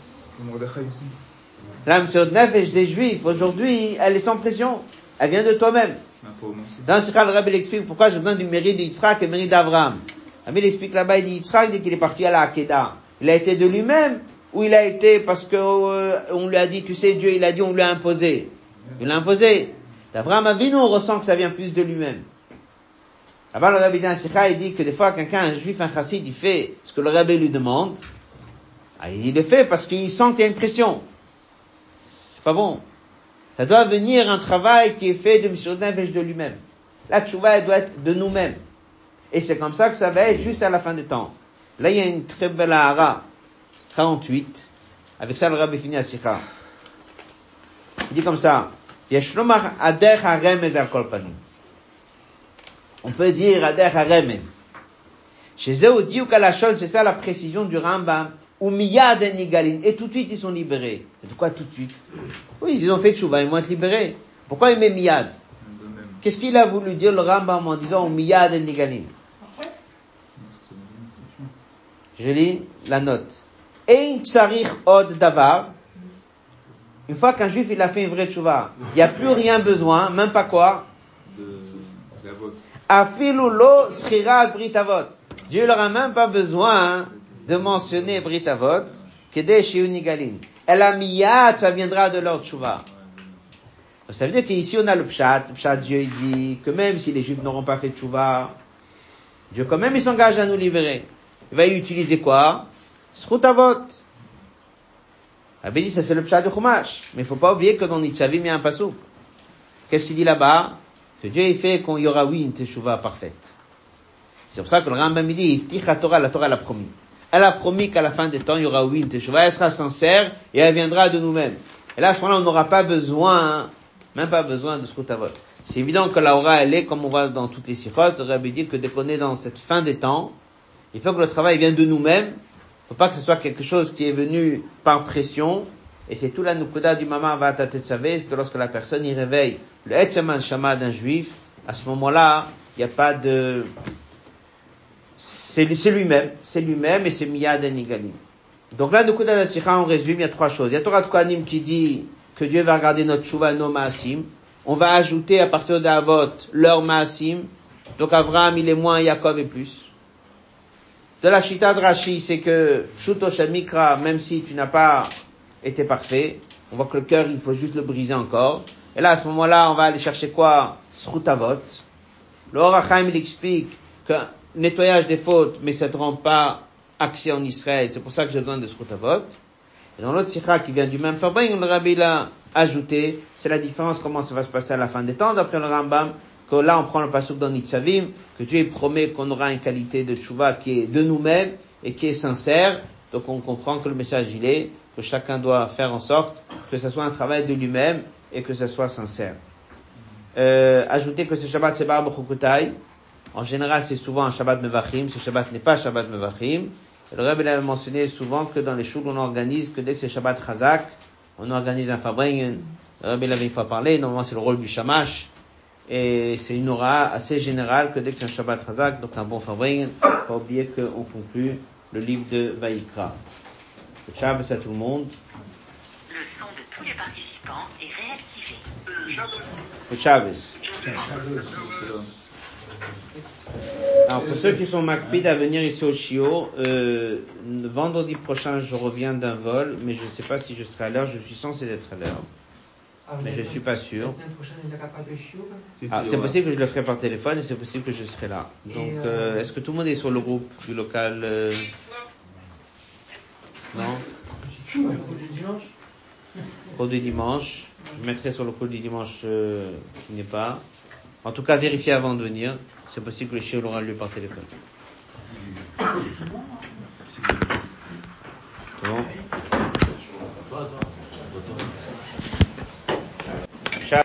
Speaker 1: La Messirut Nefesh des Juifs, aujourd'hui, elle est sans pression. Elle vient de toi-même. Dans ce cas, le Rabbi explique pourquoi j'ai besoin du mérite d'Yitzhak et du mérite d'Abraham. Il explique là-bas, il dit Yitzhak, dès qu'il est parti à la Hakeda, il a été de lui-même, ou il a été parce que on lui a dit, tu sais, Dieu, il a dit, on lui a imposé. Il l'a imposé. D'Abraham Avinu, on ressent que ça vient plus de lui-même. Là-bas, le Rabbi d'Ansicha, il dit que des fois, quelqu'un, un juif, un chassid, il fait ce que le Rabbi lui demande. Il le fait parce qu'il sent qu'il y a une pression. C'est pas bon. Ça doit venir un travail qui est fait de Messirut Nefesh de lui-même. La tchouva, elle doit être de nous-mêmes. Et c'est comme ça que ça va être juste à la fin des temps. Là, il y a une très belle ahara, 38. Avec ça, le Rabbi finit à Sikha. Il dit comme ça, Yeshlomar ader haremez al kol panim. On peut dire ader haremez. Chez eux, on dit que la chose, c'est ça la précision du Rambam, ou miyad en nigalin. Et tout de suite, ils sont libérés. Et de quoi tout de suite? Oui, ils ont fait tchouva, ils vont être libérés. Pourquoi il met miyad? Qu'est-ce qu'il a voulu dire le Rambam en disant miyad en nigalin? Je lis la note. Ein tsarich od davar. Une fois qu'un juif il a fait une vraie tchouva, il n'y a plus rien besoin, même pas quoi? Afilu lo schirat brit avot. Dieu leur a même pas besoin de mentionner brit avot, kedei shiu nigalin. El amiyat, ça viendra de leur tchouva. Ça veut dire qu'ici on a le pshat. Le pshat, Dieu il dit que même si les juifs n'auront pas fait tchouva, Dieu quand même il s'engage à nous libérer. Il va y utiliser quoi? Srut avot. Rabbi dit ça c'est le pshat de Chumash. Mais il faut pas oublier que dans Nitzavim il y a un pasuk. Qu'est-ce qu'il dit là-bas? Que Dieu il fait qu'il y aura oui une teshuva parfaite. C'est pour ça que le Rambam dit Ifticha Torah, la Torah l'a promis. Elle a promis qu'à la fin des temps il y aura oui une teshuva, elle sera sincère et elle viendra de nous-mêmes. Et là à ce moment-là on n'aura pas besoin, même pas besoin de Srut avot. C'est évident que la aura elle est comme on voit dans toutes les sikhot. Le Rabbi dit que dès qu'on est dans cette fin des temps, il faut que le travail vienne de nous-mêmes. Il ne faut pas que ce soit quelque chose qui est venu par pression. Et c'est tout la nukuda du Mama Vatat Tetzavé, que lorsque la personne y réveille le Etzeman Shama d'un juif, à ce moment-là, il n'y a pas de... C'est lui-même et c'est Miyad en Nigalim. Donc là, nukuda de la Sikha, on résume, il y a trois choses. Il y a Torah de Kohanim qui dit que Dieu va regarder notre Tshuva, nos Maasim. On va ajouter à partir d'Avot leur Maasim. Donc Avraham, il est moins, Yaakov est plus. De la Shita de Rashi, c'est que Shuto Shamikra, même si tu n'as pas été parfait, on voit que le cœur, il faut juste le briser encore. Et là, à ce moment-là, on va aller chercher quoi? Srut avot. Le Or HaChaim, il explique que nettoyage des fautes, mais ça ne te rend pas accès en Israël. C'est pour ça que j'ai besoin de Srut avot. Et dans l'autre sikha qui vient du même Fabring, le Rabbi l'a ajouté. C'est la différence, comment ça va se passer à la fin des temps, d'après le Rambam. Que là, on prend le pasuk dans Nitzavim, que Dieu promet qu'on aura une qualité de tchouva qui est de nous-mêmes et qui est sincère. Donc on comprend que le message il est que chacun doit faire en sorte que ce soit un travail de lui-même et que ce soit sincère. Ajoutez que ce Shabbat c'est Bar B'chukotai. En général, c'est souvent un Shabbat Mevachim. Ce Shabbat n'est pas Shabbat Mevachim. Et le Rebbe avait mentionné souvent que dans les shuls on organise que dès que c'est Shabbat Chazak, on organise un Fabringen. Le Rebbe l'avait une fois parlé. Normalement, c'est le rôle du Shamash. Et c'est une aura assez générale que dès que c'est un Shabbat Chazak, donc un bon Fabringen, faut pas oublier qu'on conclut le livre de Vaïkra. Le Shabbos à tout le monde.
Speaker 3: Le son de tous les participants est réactivé.
Speaker 1: Le Shabbos. Alors pour ceux qui sont makpid à venir ici au Shio, vendredi prochain je reviens d'un vol, mais je ne sais pas si je serai à l'heure, je suis censé être à l'heure. Mais je ne suis pas sûr.
Speaker 2: La semaine prochaine, il n'y aura pas de chiot.
Speaker 1: C'est possible que je le ferai par téléphone et c'est possible que je serai là. Donc, est-ce que tout le monde est sur le groupe du local Non.
Speaker 2: Le cours du dimanche.
Speaker 1: Cours du dimanche. Je mettrai sur le cours du dimanche qui n'est pas. En tout cas, vérifiez avant de venir. C'est possible que le chiot aura lieu par téléphone.